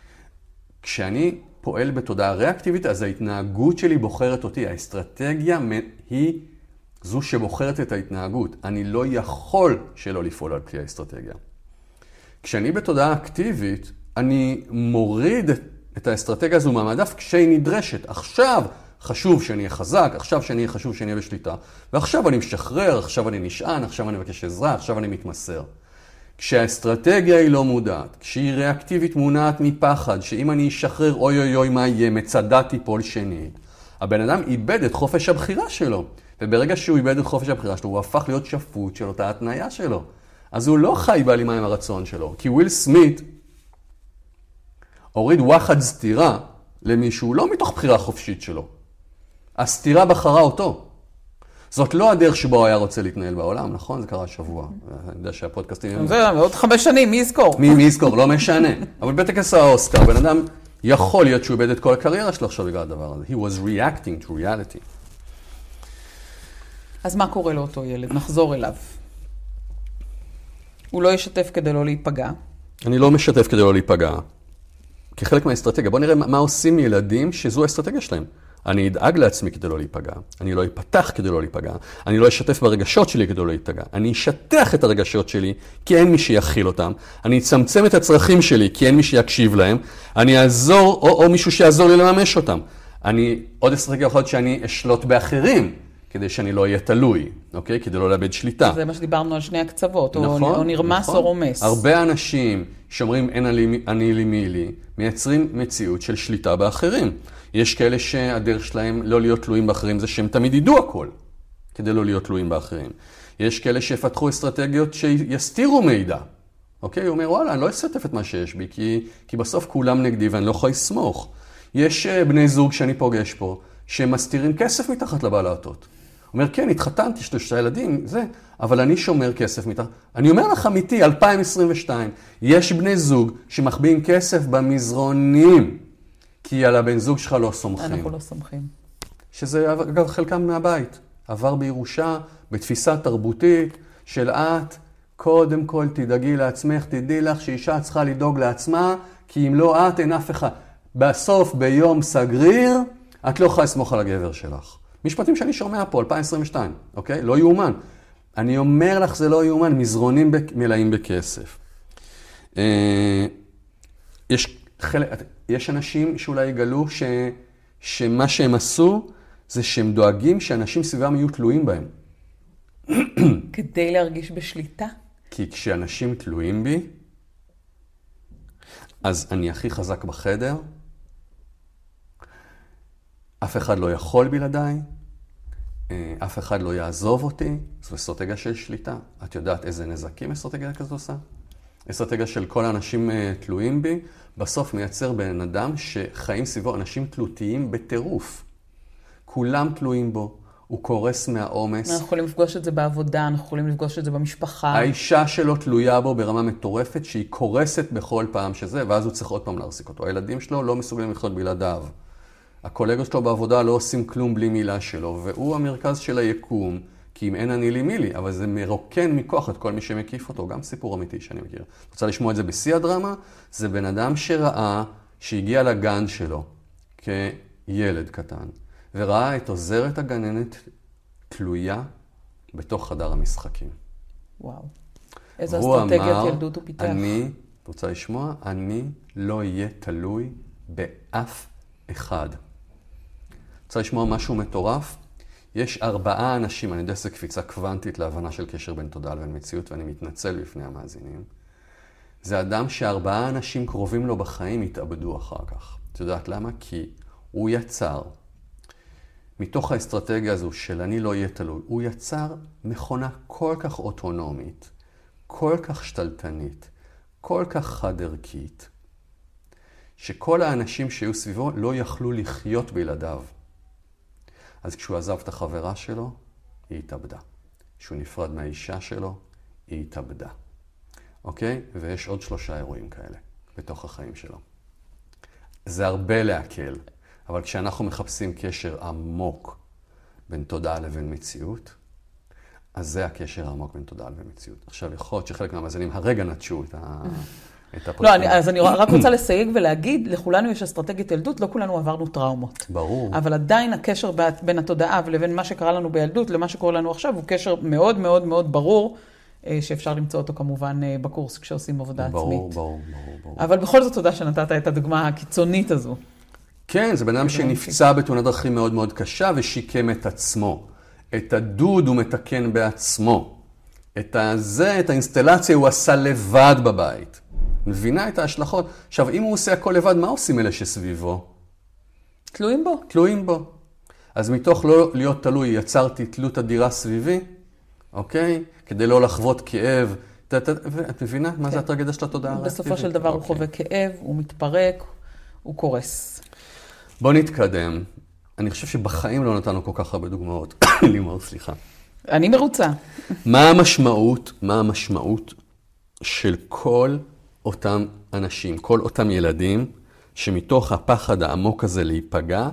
Speaker 3: כשאני פועל בתודעה ריאקטיבית, אז ההתנהגות שלי בוחרת אותי. האסטרטגיה היא זו שבוחרת את ההתנהגות. אני לא יכול שלא לפעול על פי האסטרטגיה. כשאני בתודעה אקטיבית, אני מוריד את האסטרטגיה הזו מהמדף כשהיא נדרשת. עכשיו חשוב שאני אהיה חזק, עכשיו שאני אהיה חשוב שאני אהיה בשליטה, ועכשיו אני משחרר, עכשיו אני נשען, עכשיו אני מבקש עזרה, עכשיו אני מתמסר. כשהאסטרטגיה היא לא מודעת, כשהיא ריאקטיבית מונעת מפחד, שאם אני אשחרר אוי אוי אוי מה יהיה, מצדה תיפול שנית, הבן אדם איבד את חופש הבחירה שלו, וברגע שהוא איבד את חופש הבחירה שלו, הוא הפך להיות שפוט של אותה התניה שלו. אז הוא לא חי בהלימה עם הרצון שלו, כי וויל סמית הוריד וואחד סתירה למישהו, לא מתוך בחירה חופשית שלו. הסתירה בחרה אותו. זאת לא הדרך שבו הוא היה רוצה להתנהל בעולם, נכון? זה קרה השבוע. אני יודע שהפודקאסטים...
Speaker 2: זה עוד חמש שנים, מי יזכור?
Speaker 3: מי, מי יזכור, לא משנה. אבל בטקס האוסקר, בן אדם יכול להיות שהוא איבד את כל הקריירה שלו עכשיו בגלל הדבר הזה. He was reacting to reality.
Speaker 2: אז מה קורה לאותו ילד? נחזור אליו. הוא לא ישתף כדי לא להיפגע.
Speaker 3: אני לא משתף כדי לא להיפגע. כחלק מהאסטרטגיה. בואו נראה מה עושים ילדים שזו האסטרטגיה שלהם. אני אדאג לעצמי כדי לא להיפגע. אני לא אפתח כדי לא להיפגע. אני לא אשתף ברגשות שלי כדי לא להיפגע. אני אשטח את הרגשות שלי כי אין מי שיכיל אותם. אני אצמצם את הצרכים שלי כי אין מי שיקשיב להם. אני אעזור, או, או מישהו שיעזור לי לממש אותם. אני, עוד אסטרטגיה יכולה להיות שאני אשלוט באחרים. כדי שאני לא אהיה תלוי, אוקיי? כדי לא לאבד שליטה.
Speaker 2: זה מה שדיברנו על שני הקצוות,
Speaker 3: נכון,
Speaker 2: או, או נרמס
Speaker 3: נכון.
Speaker 2: או רומס.
Speaker 3: הרבה אנשים שאומרים אין אני, אני לי מי לי, מייצרים מציאות של שליטה באחרים. יש כאלה שהדרך שלהם לא להיות תלויים באחרים זה שהם תמיד ידעו הכל, כדי לא להיות תלויים באחרים. יש כאלה שיפתחו אסטרטגיות שיסתירו מידע. אוקיי? הוא אומר, וואלה, אני לא אשתף את מה שיש בי, כי, כי בסוף כולם נגדי ואני לא יכול לסמוך. יש בני זוג שאני פוגש פה, שמסתירים כסף מתחת לבעלתות. הוא אומר, כן, התחתנתי, שלושה ילדים, זה, אבל אני שומר כסף מתחת. אני אומר לך, אמיתי, אלפיים עשרים ושתיים, יש בני זוג שמחביאים כסף במזרונים, כי על הבן זוג שלך לא סומכים.
Speaker 2: אנחנו לא סומכים.
Speaker 3: שזה, אגב, חלקם מהבית. עבר בירושה, בתפיסה תרבותית של את, קודם כל תדאגי לעצמך, תדעי לך שאישה צריכה לדאוג לעצמה, כי אם לא את, אין אף אחד. בסוף, ביום סגריר, את לא יכולה לסמוך על הגבר שלך. משפטים שאני שומע פה, אלפיים עשרים ושתיים, אוקיי? לא יאומן. אני אומר לך, זה לא יאומן, מזרונים מלאים בכסף. יש, חלק, יש אנשים שאולי יגלו ש, שמה שהם עשו, זה שהם דואגים שאנשים סביבם יהיו תלויים בהם.
Speaker 2: כדי להרגיש בשליטה?
Speaker 3: כי כשאנשים תלויים בי, אז אני הכי חזק בחדר, אף אחד לא יכול בלעדיי, אף אחד לא יעזוב אותי, זו אסטרטגיה של שליטה. את יודעת איזה נזקים אסטרטגיה כזאת עושה? אסטרטגיה של כל האנשים תלויים בי, בסוף מייצר בן אדם שחיים סביבו אנשים תלותיים בטירוף. כולם תלויים בו, הוא קורס מהעומס.
Speaker 2: אנחנו יכולים לפגוש את זה בעבודה, אנחנו יכולים לפגוש את זה במשפחה.
Speaker 3: האישה שלו תלויה בו ברמה מטורפת שהיא קורסת בכל פעם שזה, ואז הוא צריך עוד פעם להרסיק אותו. הילדים שלו לא מסוגלים לחיות בלעדיו. הקולגות שלו בעבודה לא עושים כלום בלי מילה שלו, והוא המרכז של היקום, כי אם אין אני לי מי לי, אבל זה מרוקן מכוח את כל מי שמקיף אותו, גם סיפור אמיתי שאני מכיר. רוצה לשמוע את זה בשיא הדרמה? זה בן אדם שראה, שהגיע לגן שלו כילד קטן, וראה את עוזרת הגננת תלויה בתוך חדר המשחקים.
Speaker 2: וואו. איזו אסטרטגיית ילדות הוא פיתח.
Speaker 3: אני, רוצה לשמוע, אני לא אהיה תלוי באף אחד. רוצה לשמוע משהו מטורף? יש ארבעה אנשים, אני יודע שזה קפיצה קוונטית להבנה של קשר בין תודעה לבין מציאות, ואני מתנצל בפני המאזינים. זה אדם שארבעה אנשים קרובים לו בחיים יתאבדו אחר כך. את יודעת למה? כי הוא יצר, מתוך האסטרטגיה הזו של אני לא אהיה תלוי, הוא יצר מכונה כל כך אוטונומית, כל כך שתלטנית, כל כך חד-ערכית, שכל האנשים שהיו סביבו לא יכלו לחיות בלעדיו. אז כשהוא עזב את החברה שלו, היא התאבדה. כשהוא נפרד מהאישה שלו, היא התאבדה. אוקיי? ויש עוד שלושה אירועים כאלה בתוך החיים שלו. זה הרבה להקל, אבל כשאנחנו מחפשים קשר עמוק בין תודעה לבין מציאות, אז זה הקשר העמוק בין תודעה לבין מציאות. עכשיו, יכול להיות שחלק מהמאזינים הרגע נטשו את ה...
Speaker 2: לא, אני, אז אני רק רוצה לסייג ולהגיד, לכולנו יש אסטרטגיית ילדות, לא כולנו עברנו טראומות.
Speaker 3: ברור.
Speaker 2: אבל עדיין הקשר בין התודעה ולבין מה שקרה לנו בילדות למה שקורה לנו עכשיו, הוא קשר מאוד מאוד מאוד ברור, שאפשר למצוא אותו כמובן בקורס כשעושים עבודה עצמית.
Speaker 3: ברור, ברור, ברור, ברור.
Speaker 2: אבל בכל זאת תודה שנתת את הדוגמה הקיצונית הזו.
Speaker 3: כן, זה בן אדם שנפצע בתאונת דרכים מאוד מאוד קשה ושיקם את עצמו. את הדוד הוא מתקן בעצמו. את הזה, את האינסטלציה הוא עשה לבד בבית. מבינה את ההשלכות. עכשיו, אם הוא עושה הכל לבד, מה עושים אלה שסביבו?
Speaker 2: תלויים בו.
Speaker 3: תלויים בו. אז מתוך לא להיות תלוי, יצרתי תלות אדירה סביבי, אוקיי? כדי לא לחוות כאב. ואת מבינה מה זה הטרגדיה של התודעה הריאקטיבית?
Speaker 2: בסופו של דבר הוא חווה כאב, הוא מתפרק, הוא קורס.
Speaker 3: בוא נתקדם. אני חושב שבחיים לא נתנו כל כך הרבה דוגמאות. לימור, סליחה.
Speaker 2: אני מרוצה.
Speaker 3: מה המשמעות, מה המשמעות של כל אותם אנשים, כל אותם ילדים, שמתוך הפחד העמוק הזה להיפגע,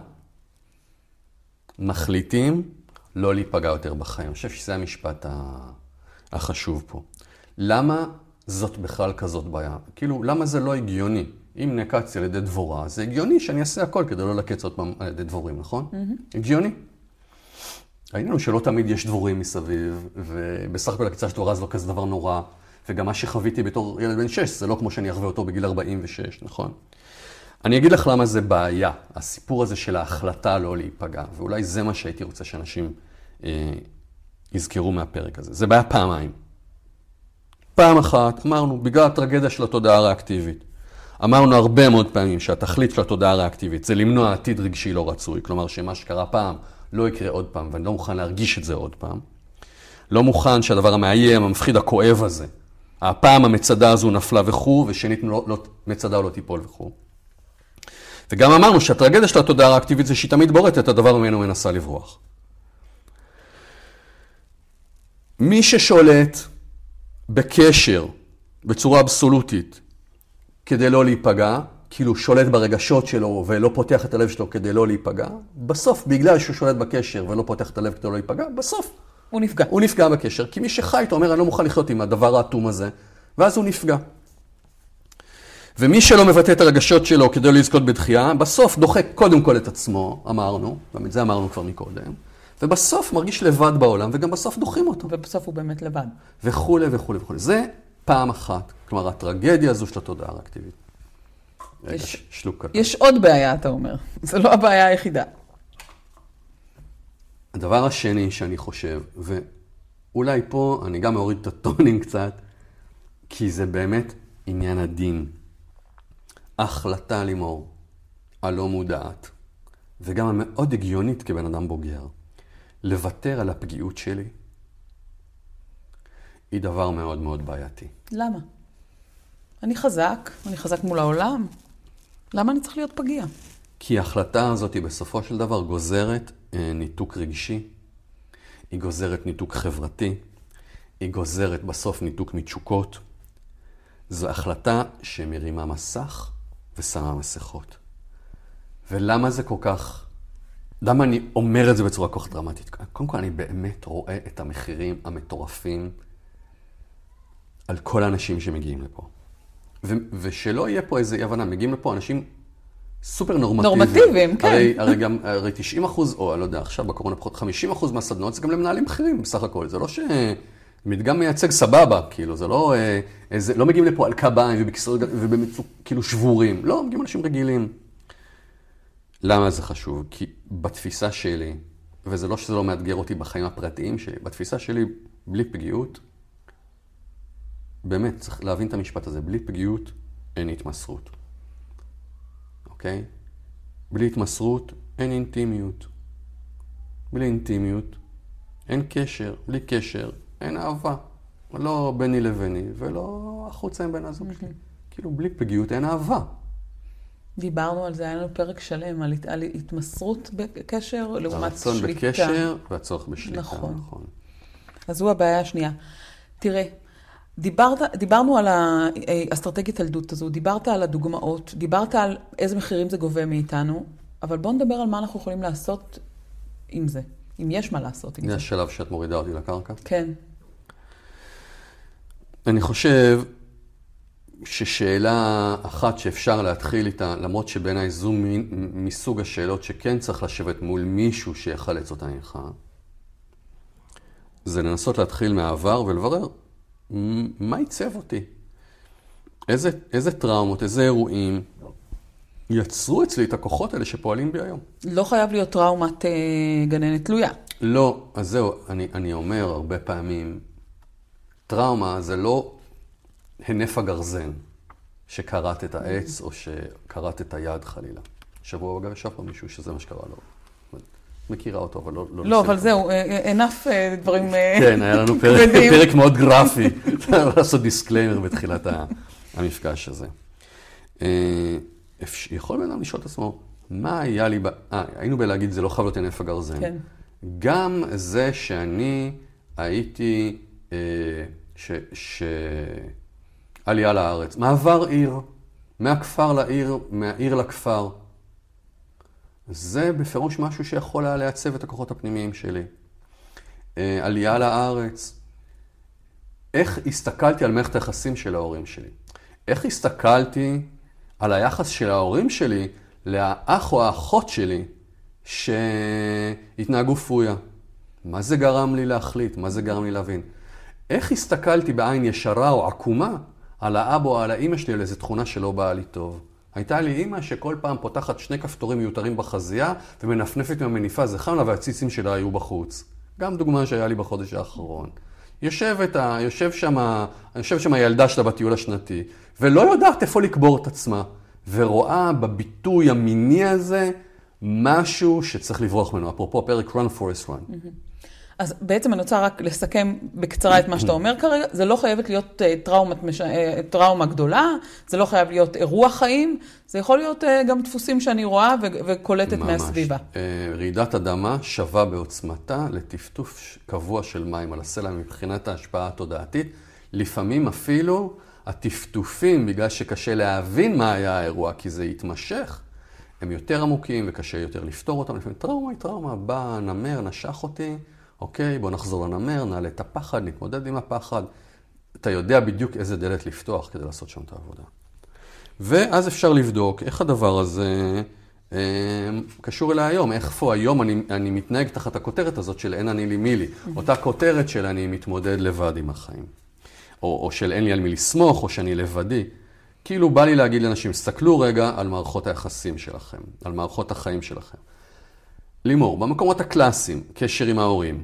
Speaker 3: מחליטים לא להיפגע יותר בחיים. אני חושב שזה המשפט החשוב פה. למה זאת בכלל כזאת בעיה? כאילו, למה זה לא הגיוני? אם נעקצתי על ידי דבורה, זה הגיוני שאני אעשה הכל כדי לא לקץ עוד פעם על ידי דבורים, נכון? Mm-hmm. הגיוני. העניין הוא שלא תמיד יש דבורים מסביב, ובסך הכל הקצה של דבורה זה לא כזה דבר נורא, וגם מה שחוויתי בתור ילד בן שש, זה לא כמו שאני אחווה אותו בגיל ארבעים ושש, נכון? אני אגיד לך למה זה בעיה, הסיפור הזה של ההחלטה לא להיפגע, ואולי זה מה שהייתי רוצה שאנשים אה, יזכרו מהפרק הזה. זה בעיה פעמיים. פעם אחת, אמרנו, בגלל הטרגדיה של התודעה הריאקטיבית, אמרנו הרבה מאוד פעמים שהתכלית של התודעה הריאקטיבית זה למנוע עתיד רגשי לא רצוי, כלומר שמה שקרה פעם לא יקרה עוד פעם, ואני לא מוכן להרגיש את זה עוד פעם. לא מוכן שהדבר המאיים, המפחיד, הכואב הזה, הפעם המצדה הזו נפלה וכו', ושנית לא, לא, מצדה לא תיפול וכו'. וגם אמרנו שהטרגדיה של התודעה הריאקטיבית זה שהיא תמיד בוררת את הדבר ממנו מנסה לברוח. מי ששולט בקשר, בצורה אבסולוטית, כדי לא להיפגע, כאילו שולט ברגשות שלו ולא פותח את הלב שלו כדי לא להיפגע, בסוף, בגלל שהוא שולט בקשר ולא פותח את הלב כדי לא להיפגע, בסוף
Speaker 2: הוא נפגע.
Speaker 3: הוא נפגע בקשר, כי מי שחי, אתה אומר, אני לא מוכן לחיות עם הדבר האטום הזה, ואז הוא נפגע. ומי שלא מבטא את הרגשות שלו כדי לא לזכות בדחייה, בסוף דוחק קודם כל את עצמו, אמרנו, גם את זה אמרנו כבר מקודם, ובסוף מרגיש לבד בעולם, וגם בסוף דוחים אותו.
Speaker 2: ובסוף הוא באמת לבד.
Speaker 3: וכו' וכו' וכו'. זה פעם אחת. כלומר, הטרגדיה הזו של התודעה הריאקטיבית.
Speaker 2: יש,
Speaker 3: שלוק קטן.
Speaker 2: יש עוד בעיה, אתה אומר. זו לא הבעיה היחידה.
Speaker 3: הדבר השני שאני חושב, ואולי פה אני גם אוריד את הטונים קצת, כי זה באמת עניין הדין. החלטה לימור, הלא מודעת, וגם המאוד הגיונית כבן אדם בוגר, לוותר על הפגיעות שלי, היא דבר מאוד מאוד בעייתי.
Speaker 2: למה? אני חזק, אני חזק מול העולם. למה אני צריך להיות פגיע?
Speaker 3: כי ההחלטה הזאת היא בסופו של דבר גוזרת אה, ניתוק רגשי, היא גוזרת ניתוק חברתי, היא גוזרת בסוף ניתוק מתשוקות. זו החלטה שמרימה מסך ושמה מסכות. ולמה זה כל כך... למה אני אומר את זה בצורה כל כך דרמטית? קודם כל אני באמת רואה את המחירים המטורפים על כל האנשים שמגיעים לפה. ו- ושלא יהיה פה איזו אי הבנה, מגיעים לפה אנשים סופר נורמטיביים.
Speaker 2: נורמטיביים, כן.
Speaker 3: הרי, הרי גם, הרי תשעים אחוז, או אני לא יודע, עכשיו בקורונה פחות חמישים אחוז מהסדנות, זה גם למנהלים בכירים בסך הכל. זה לא שמדגם מייצג סבבה, כאילו, זה לא, איזה, לא מגיעים לפה על קביים ובכיסאות ובמצוק, כאילו שבורים. לא, מגיעים אנשים רגילים. למה זה חשוב? כי בתפיסה שלי, וזה לא שזה לא מאתגר אותי בחיים הפרטיים שלי, בתפיסה שלי, בלי פגיעות, באמת, צריך להבין את המשפט הזה, בלי פגיעות אין התמסרות. אוקיי? בלי התמסרות אין אינטימיות. בלי אינטימיות אין קשר, בלי קשר אין אהבה. לא ביני לביני ולא החוצה עם בן הזוג שלי. כאילו בלי פגיעות אין אהבה.
Speaker 2: דיברנו על זה, היה לנו פרק שלם, על, על התמסרות בקשר לעומת שליטה.
Speaker 3: הרצון בקשר והצורך בשליטה.
Speaker 2: נכון.
Speaker 3: נכון.
Speaker 2: אז זו הבעיה השנייה. תראה, דיברת, דיברנו על האסטרטגיית ילדות הזו, דיברת על הדוגמאות, דיברת על איזה מחירים זה גובה מאיתנו, אבל בואו נדבר על מה אנחנו יכולים לעשות עם זה, אם יש מה לעשות עם זה.
Speaker 3: זה השלב שאת מורידה אותי לקרקע?
Speaker 2: כן.
Speaker 3: אני חושב ששאלה אחת שאפשר להתחיל איתה, למרות שבעיניי זו מסוג השאלות שכן צריך לשבת מול מישהו שיחלץ אותה ממך, זה לנסות להתחיל מהעבר ולברר מה ייצב אותי? איזה, איזה טראומות, איזה אירועים יצרו אצלי את הכוחות האלה שפועלים בי היום?
Speaker 2: לא חייב להיות טראומת אה, גננת תלויה.
Speaker 3: לא, אז זהו, אני, אני אומר הרבה פעמים, טראומה זה לא הנף הגרזן שקראת את העץ או שקראת את היד חלילה. שבוע אגב ישב פה מישהו שזה מה שקרה לו. מכירה אותו, אבל לא...
Speaker 2: לא, אבל זהו, enough דברים...
Speaker 3: כן, היה לנו פרק מאוד גרפי, לעשות דיסקליימר בתחילת המפגש הזה. יכול בן אדם לשאול את עצמו, מה היה לי... אה, היינו בלהגיד, זה לא חייב להיות ענף הגרזן.
Speaker 2: כן.
Speaker 3: גם זה שאני הייתי... ש... עלייה לארץ. מעבר עיר, מהכפר לעיר, מהעיר לכפר. זה בפירוש משהו שיכול היה לעצב את הכוחות הפנימיים שלי. עלייה לארץ. איך הסתכלתי על מערכת היחסים של ההורים שלי? איך הסתכלתי על היחס של ההורים שלי לאח או האחות שלי שהתנהגו פרויה? מה זה גרם לי להחליט? מה זה גרם לי להבין? איך הסתכלתי בעין ישרה או עקומה על האבא או על האמא שלי על איזו תכונה שלא באה לי טוב? הייתה לי אמא שכל פעם פותחת שני כפתורים מיותרים בחזייה ומנפנפת מהמניפה, זה חם לה והציצים שלה היו בחוץ. גם דוגמה שהיה לי בחודש האחרון. יושבת, יושב שם, יושב שם הילדה שלה בטיול השנתי, ולא יודעת איפה לקבור את עצמה, ורואה בביטוי המיני הזה משהו שצריך לברוח ממנו. אפרופו הפרק Run Forest Run.
Speaker 2: אז בעצם אני רוצה רק לסכם בקצרה את מה שאתה אומר כרגע. זה לא חייבת להיות טראומה, טראומה גדולה, זה לא חייב להיות אירוע חיים, זה יכול להיות גם דפוסים שאני רואה וקולטת מהסביבה.
Speaker 3: רעידת אדמה שווה בעוצמתה לטפטוף קבוע של מים על הסלע מבחינת ההשפעה התודעתית. לפעמים אפילו הטפטופים, בגלל שקשה להבין מה היה האירוע, כי זה יתמשך, הם יותר עמוקים וקשה יותר לפתור אותם. לפעמים טראומה היא טראומה, בא, נמר, נשך אותי. אוקיי, בוא נחזור לנמר, נעלה את הפחד, נתמודד עם הפחד. אתה יודע בדיוק איזה דלת לפתוח כדי לעשות שם את העבודה. ואז אפשר לבדוק איך הדבר הזה אה, קשור אליי היום. איך פה היום אני, אני מתנהג תחת הכותרת הזאת של אין אני לי מי לי. אותה כותרת של אני מתמודד לבד עם החיים. או, או של אין לי על מי לסמוך, או שאני לבדי. כאילו בא לי להגיד לאנשים, סתכלו רגע על מערכות היחסים שלכם, על מערכות החיים שלכם. לימור, במקומות הקלאסיים, קשר עם ההורים,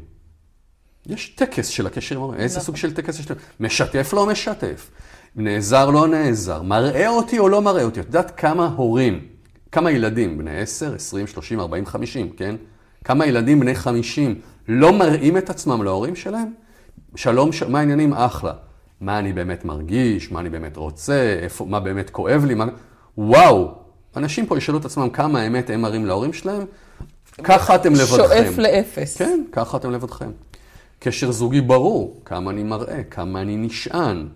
Speaker 3: יש טקס של הקשר עם ההורים. איזה סוג של טקס יש להם? משתף לא משתף, נעזר לא נעזר, מראה אותי או לא מראה אותי. את יודעת כמה הורים, כמה ילדים, בני עשר, עשרים, שלושים, ארבעים, חמישים, כן? כמה ילדים בני חמישים לא מראים את עצמם להורים שלהם? שלום, ש... מה העניינים? אחלה. מה אני באמת מרגיש? מה אני באמת רוצה? איפה... מה באמת כואב לי? מה... וואו! אנשים פה ישאלו את עצמם כמה האמת הם מראים להורים שלהם, ככה אתם לבדכם.
Speaker 2: שואף לאפס.
Speaker 3: כן, ככה אתם לבדכם. קשר זוגי ברור, כמה אני מראה, כמה אני נשען.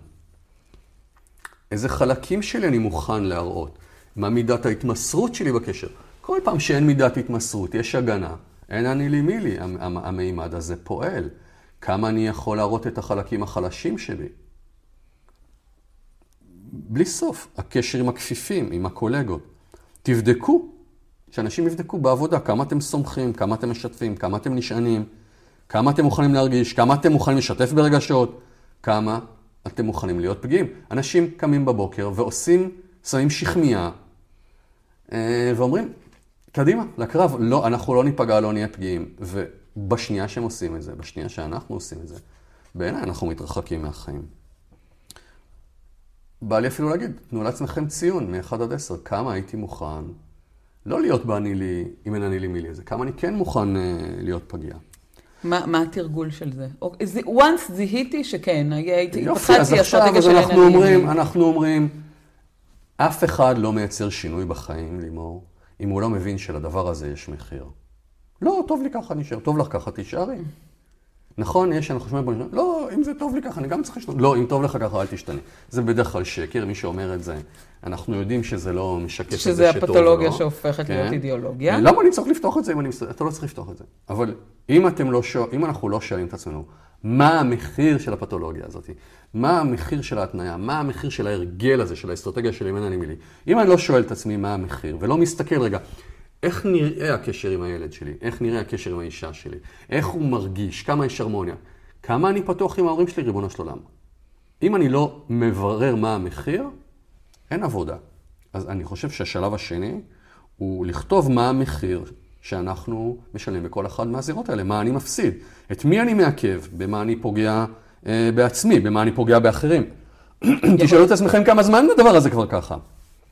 Speaker 3: איזה חלקים שלי אני מוכן להראות. מה מידת ההתמסרות שלי בקשר. כל פעם שאין מידת התמסרות, יש הגנה. אין אני לי מי לי, המימד הזה פועל. כמה אני יכול להראות את החלקים החלשים שלי. בלי סוף, הקשר עם הכפיפים, עם הקולגות. תבדקו. שאנשים יבדקו בעבודה, כמה אתם סומכים, כמה אתם משתפים, כמה אתם נשענים, כמה אתם מוכנים להרגיש, כמה אתם מוכנים לשתף ברגשות, כמה אתם מוכנים להיות פגיעים. אנשים קמים בבוקר ועושים, שמים שכמיה, ואומרים, קדימה, לקרב, לא, אנחנו לא ניפגע, לא נהיה פגיעים. ובשנייה שהם עושים את זה, בשנייה שאנחנו עושים את זה, בעיניי אנחנו מתרחקים מהחיים. בא לי אפילו להגיד, תנו לעצמכם ציון מ-אחד עד עשר, כמה הייתי מוכן, לא להיות באני לי, אם אין אני לי מי לי, זה כמה אני כן מוכן uh, להיות פגיע.
Speaker 2: מה, מה התרגול של זה? once זיהיתי שכן, הייתי,
Speaker 3: יופי, אז עכשיו אז אנחנו אומרים, אנחנו אומרים, אף אחד לא מייצר שינוי בחיים, לימור, אם הוא לא מבין שלדבר הזה יש מחיר. לא, טוב לי ככה נשאר, טוב לך ככה תישארי. נכון, יש, אנחנו חושבים, לא, אם זה טוב לי ככה, אני גם צריך לשתות. לא, אם טוב לך ככה, אל תשתנה. זה בדרך כלל שקר, מי שאומר את זה, אנחנו יודעים שזה לא משקף את זה שטוב.
Speaker 2: שזה הפתולוגיה שהופכת להיות אידיאולוגיה.
Speaker 3: למה אני צריך לפתוח את זה אם אני מסתכל? אתה לא צריך לפתוח את זה. אבל אם אתם לא שואל, אם אנחנו לא שואלים את עצמנו, מה המחיר של הפתולוגיה הזאת? מה המחיר של ההתניה? מה המחיר של ההרגל הזה, של האסטרטגיה של ימין אני מילי? אם אני לא שואל את עצמי מה המחיר, ולא מסתכל רגע, איך נראה הקשר עם הילד שלי? איך נראה הקשר עם האישה שלי? איך הוא מרגיש? כמה יש הרמוניה? כמה אני פתוח עם ההורים שלי, ריבונו של עולם? אם אני לא מברר מה המחיר, אין עבודה. אז אני חושב שהשלב השני הוא לכתוב מה המחיר שאנחנו משלמים בכל אחד מהזירות האלה. מה אני מפסיד? את מי אני מעכב? במה אני פוגע אה, בעצמי? במה אני פוגע באחרים? תשאלו את עצמכם כמה זמן הדבר הזה כבר ככה.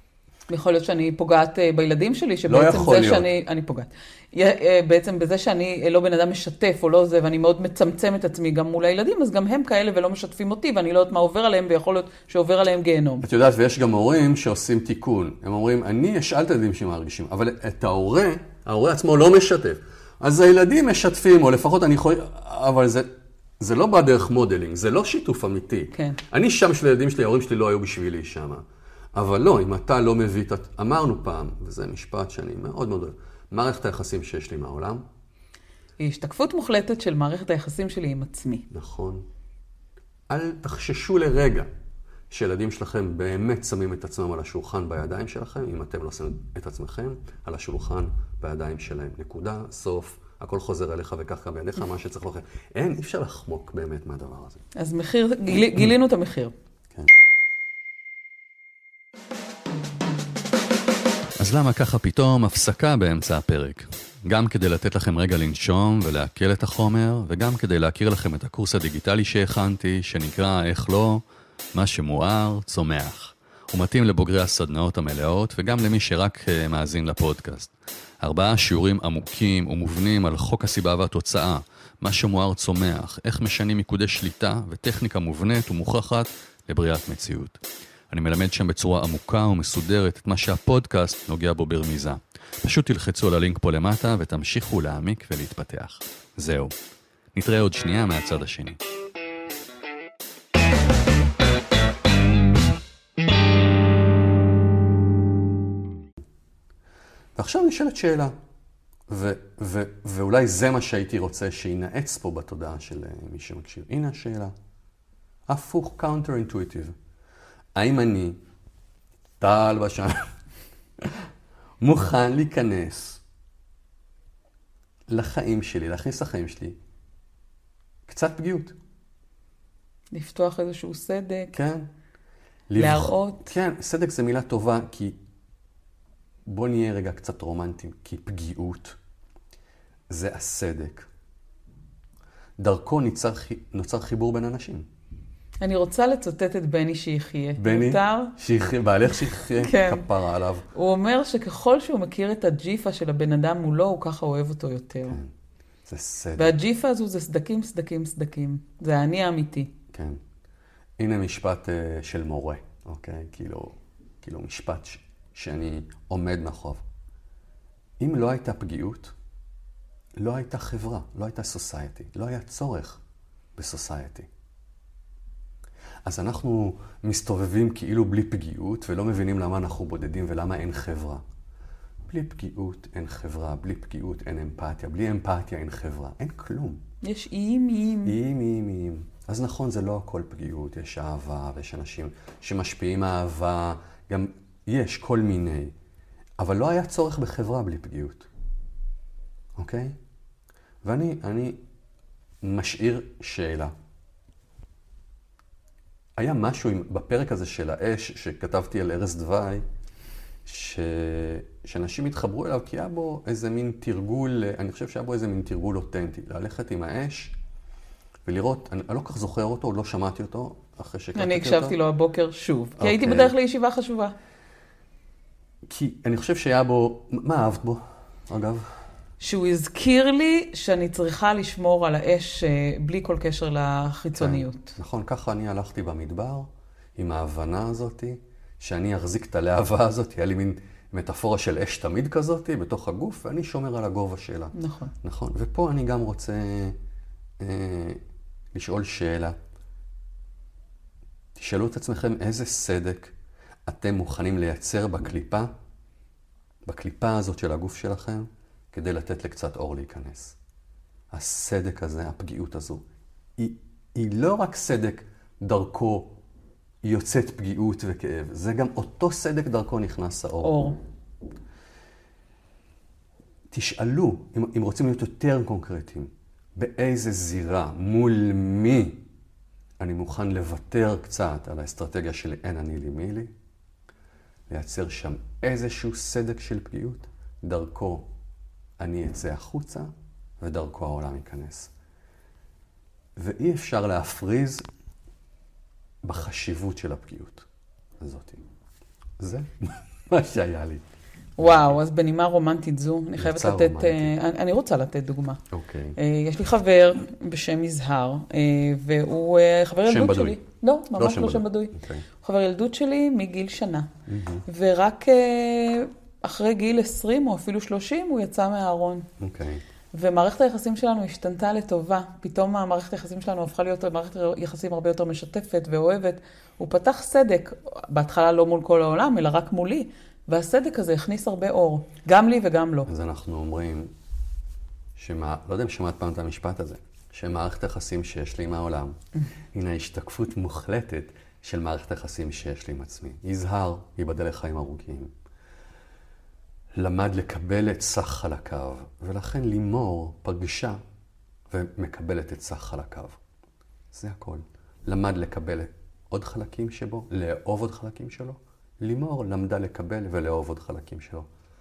Speaker 2: יכול להיות שאני פוגעת בילדים שלי, שבעצם
Speaker 3: לא
Speaker 2: זה שאני, אני פוגעת. בעצם בזה שאני לא בן אדם משתף או לא זה, ואני מאוד מצמצם את עצמי גם מול הילדים, אז גם הם כאלה ולא משתפים אותי, ואני לא יודעת מה עובר עליהם, ויכול להיות שעובר עליהם גיהנום.
Speaker 3: את יודעת, ויש גם הורים שעושים תיקון. הם אומרים, אני אשאל את הילדים שמרגישים, אבל את ההורה, ההורה עצמו לא משתף. אז הילדים משתפים, או לפחות אני יכול, אבל זה, זה לא בא דרך מודלינג, זה לא שיתוף אמיתי.
Speaker 2: כן.
Speaker 3: אני שם של הילדים שלי, ההורים שלי לא היו בשבילי שם. אבל לא, אם אתה לא מביא, אמרנו פעם, וזה משפט שאני מאוד מאוד אוהב, מערכת היחסים שיש לי מהעולם.
Speaker 2: היא השתקפות מוחלטת של מערכת היחסים שלי עם עצמי.
Speaker 3: נכון. אל תחששו לרגע שילדים שלכם באמת שמים את עצמם על השולחן בידיים שלכם, אם אתם לא שמים את עצמכם על השולחן בידיים שלהם. נקודה, סוף, הכל חוזר אליך וכך גם בידיך, מה שצריך לכם. אין, אי אפשר לחמוק באמת מהדבר הזה.
Speaker 2: אז מחיר, גיל, גילינו את המחיר.
Speaker 3: כן.
Speaker 4: אז למה ככה פתאום הפסקה באמצע הפרק? גם כדי לתת לכם רגע לנשום ולהקל את החומר, וגם כדי להכיר לכם את הקורס הדיגיטלי שהכנתי, שנקרא איך לא, מה שמואר, צומח. הוא מתאים לבוגרי הסדנאות המלאות, וגם למי שרק מאזין לפודקאסט. ארבעה שיעורים עמוקים ומובנים על חוק הסיבה והתוצאה, מה שמואר צומח, איך משנים מיקודי שליטה וטכניקה מובנית ומוכחת לבריאת מציאות. אני מלמד שם בצורה עמוקה ומסודרת את מה שהפודקאסט נוגע בו ברמיזה. פשוט תלחצו על הלינק פה למטה ותמשיכו להעמיק ולהתפתח. זהו. נתראה עוד שנייה מהצד השני.
Speaker 3: ועכשיו נשאלת שאלה, ו- ו- ואולי זה מה שהייתי רוצה שינעץ פה בתודעה של מי שמקשיב. הנה השאלה. הפוך, counter-intuitive. האם אני, טל בשם, מוכן להיכנס לחיים שלי, להכניס לחיים שלי, קצת פגיעות?
Speaker 2: לפתוח איזשהו סדק.
Speaker 3: כן.
Speaker 2: להראות.
Speaker 3: כן, סדק זה מילה טובה, כי בוא נהיה רגע קצת רומנטיים, כי פגיעות זה הסדק. דרכו נוצר, נוצר חיבור בין אנשים.
Speaker 2: אני רוצה לצטט את בני שיחיה.
Speaker 3: בני?
Speaker 2: מותר?
Speaker 3: שיחיה, בעלך שיחיה,
Speaker 2: כן.
Speaker 3: כפרה עליו.
Speaker 2: הוא אומר שככל שהוא מכיר את הג'יפה של הבן אדם מולו, הוא ככה אוהב אותו יותר.
Speaker 3: כן, זה סדק.
Speaker 2: והג'יפה הזו זה סדקים, סדקים, סדקים. זה האני האמיתי.
Speaker 3: כן. הנה משפט uh, של מורה, אוקיי? כאילו, כאילו משפט ש- שאני עומד מאחוריו. אם לא הייתה פגיעות, לא הייתה חברה, לא הייתה סוסייטי, לא היה צורך בסוסייטי. אז אנחנו מסתובבים כאילו בלי פגיעות, ולא מבינים למה אנחנו בודדים ולמה אין חברה. בלי פגיעות אין חברה, בלי פגיעות אין אמפתיה, בלי אמפתיה אין חברה, אין כלום.
Speaker 2: יש איים, איים.
Speaker 3: איים, איים, איים. אז נכון, זה לא הכל פגיעות, יש אהבה, ויש אנשים שמשפיעים אהבה, גם יש כל מיני, אבל לא היה צורך בחברה בלי פגיעות. אוקיי? ואני, אני משאיר שאלה. היה משהו עם, בפרק הזה של האש, שכתבתי על ארז דווי, ש... שאנשים התחברו אליו, כי היה בו איזה מין תרגול, אני חושב שהיה בו איזה מין תרגול אותנטי, ללכת עם האש ולראות, אני לא כך זוכר אותו, לא שמעתי אותו, אחרי שקלטתי אותו.
Speaker 2: אני הקשבתי לו הבוקר שוב, כי
Speaker 3: אוקיי.
Speaker 2: הייתי בדרך לישיבה חשובה.
Speaker 3: כי אני חושב שהיה בו, מה אהבת בו, אגב?
Speaker 2: שהוא הזכיר לי שאני צריכה לשמור על האש בלי כל קשר לחיצוניות.
Speaker 3: כן, נכון, ככה אני הלכתי במדבר, עם ההבנה הזאת, שאני אחזיק את הלהבה הזאת, היה לי מין מטאפורה של אש תמיד כזאת, בתוך הגוף, ואני שומר על הגובה שלה.
Speaker 2: נכון.
Speaker 3: נכון, ופה אני גם רוצה אה, לשאול שאלה. תשאלו את עצמכם איזה סדק אתם מוכנים לייצר בקליפה, בקליפה הזאת של הגוף שלכם, כדי לתת לקצת אור להיכנס. הסדק הזה, הפגיעות הזו, היא, היא לא רק סדק דרכו יוצאת פגיעות וכאב, זה גם אותו סדק דרכו נכנס האור.
Speaker 2: אור.
Speaker 3: תשאלו, אם, אם רוצים להיות יותר קונקרטיים, באיזה זירה, מול מי אני מוכן לוותר קצת על האסטרטגיה של אין אני לי מי לי, לייצר שם איזשהו סדק של פגיעות, דרכו אני אצא החוצה, ודרכו העולם ייכנס. ואי אפשר להפריז בחשיבות של הפגיעות הזאת. זה? מה שהיה לי.
Speaker 2: וואו, אז בנימה רומנטית זו, אני חייבת
Speaker 3: מבצע
Speaker 2: לתת,
Speaker 3: רומנטי.
Speaker 2: אה, אני אני רוצה לתת דוגמה.
Speaker 3: אוקיי.
Speaker 2: אה, יש לי חבר בשם יזהר, אה, והוא אה, חבר
Speaker 3: שם
Speaker 2: ילדות
Speaker 3: בדוי.
Speaker 2: שלי. לא, ממש
Speaker 3: שם
Speaker 2: לא שם
Speaker 3: בדוי.
Speaker 2: בדוי.
Speaker 3: אוקיי.
Speaker 2: הוא חבר ילדות שלי מגיל שנה. ורק אה, אחרי גיל עשרים או אפילו שלושים הוא יצא מהארון.
Speaker 3: אוקיי.
Speaker 2: ומערכת היחסים שלנו השתנתה לטובה. פתאום המערכת היחסים שלנו הפכה להיות מערכת יחסים הרבה יותר משתפת ואוהבת. הוא פתח סדק, בהתחלה לא מול כל העולם, אלא רק מולי. והסדק הזה הכניס הרבה אור, גם לי וגם לו.
Speaker 3: אז אנחנו אומרים, שמה, לא יודע אם שמעת פעם את המשפט הזה, שמערכת היחסים שיש לי עם העולם, הנה השתקפות מוחלטת של מערכת היחסים שיש לי עם עצמי. יזהר, ייבדל לחיים ארוכים. למד לקבל את סך חלקיו, ולכן לימור פגשה ומקבלת את סך חלקיו. זה הכל. למד לקבל עוד חלקים שבו, לאהוב עוד חלקים שלו. לימור למדה לקבל ולאהוב עוד חלקים שלו.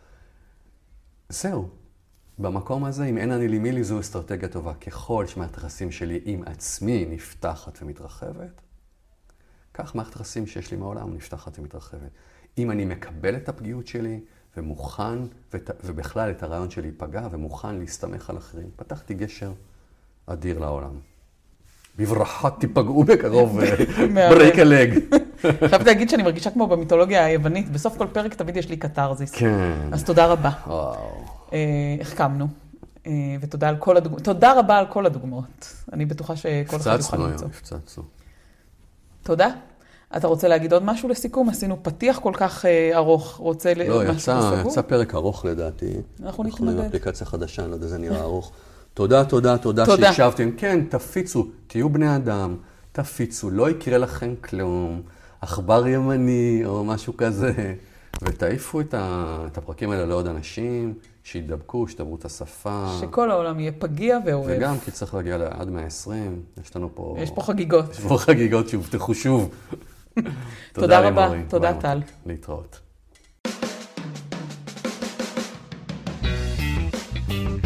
Speaker 3: זהו. במקום הזה, אם אין אני לי מי לי, זו אסטרטגיה טובה. ככל שמערכת היחסים שלי עם עצמי נפתחת ומתרחבת, כך מערכת היחסים שיש לי מהעולם נפתחת ומתרחבת. אם אני מקבל את הפגיעות שלי ומוכן, ות... ובכלל את הרעיון שלי ייפגע ומוכן להסתמך על אחרים, פתחתי גשר אדיר לעולם. בברכה תיפגעו בקרוב, ברייק הלג.
Speaker 2: חייבת להגיד שאני מרגישה כמו במיתולוגיה היוונית, בסוף כל פרק תמיד יש לי קטרזיס.
Speaker 3: כן.
Speaker 2: אז תודה רבה.
Speaker 3: וואו.
Speaker 2: החכמנו. ותודה על כל הדוגמאות. תודה רבה על כל הדוגמאות. אני בטוחה שכל אחד יוכל למצוא.
Speaker 3: הפצצנו.
Speaker 2: תודה. אתה רוצה להגיד עוד משהו לסיכום? עשינו פתיח כל כך ארוך. רוצה
Speaker 3: לא,
Speaker 2: משהו
Speaker 3: יצא,
Speaker 2: לסגור?
Speaker 3: יצא פרק ארוך לדעתי.
Speaker 2: אנחנו
Speaker 3: אנחנו עם
Speaker 2: נתמודד.
Speaker 3: אפליקציה חדשה, אני לא יודע, זה נראה ארוך. תודה, תודה, תודה
Speaker 2: תודה.
Speaker 3: שהקשבתם. כן, תפיצו, תהיו בני אדם, תפיצו, לא יקרה לכם כלום. עכבר ימני או משהו כזה. ותעיפו את, ה... את הפרקים האלה לעוד אנשים, שידבקו, שתדברו את השפה.
Speaker 2: שכל העולם יהיה פגיע ואוהב.
Speaker 3: וגם כי צריך להגיע לעד מאה ועשרים, יש לנו פה...
Speaker 2: יש פה חגיגות.
Speaker 3: יש פה חגיגות שהובטחו שוב.
Speaker 2: תודה רבה,
Speaker 3: לימורי.
Speaker 2: תודה
Speaker 3: ביי,
Speaker 2: טל.
Speaker 3: להתראות.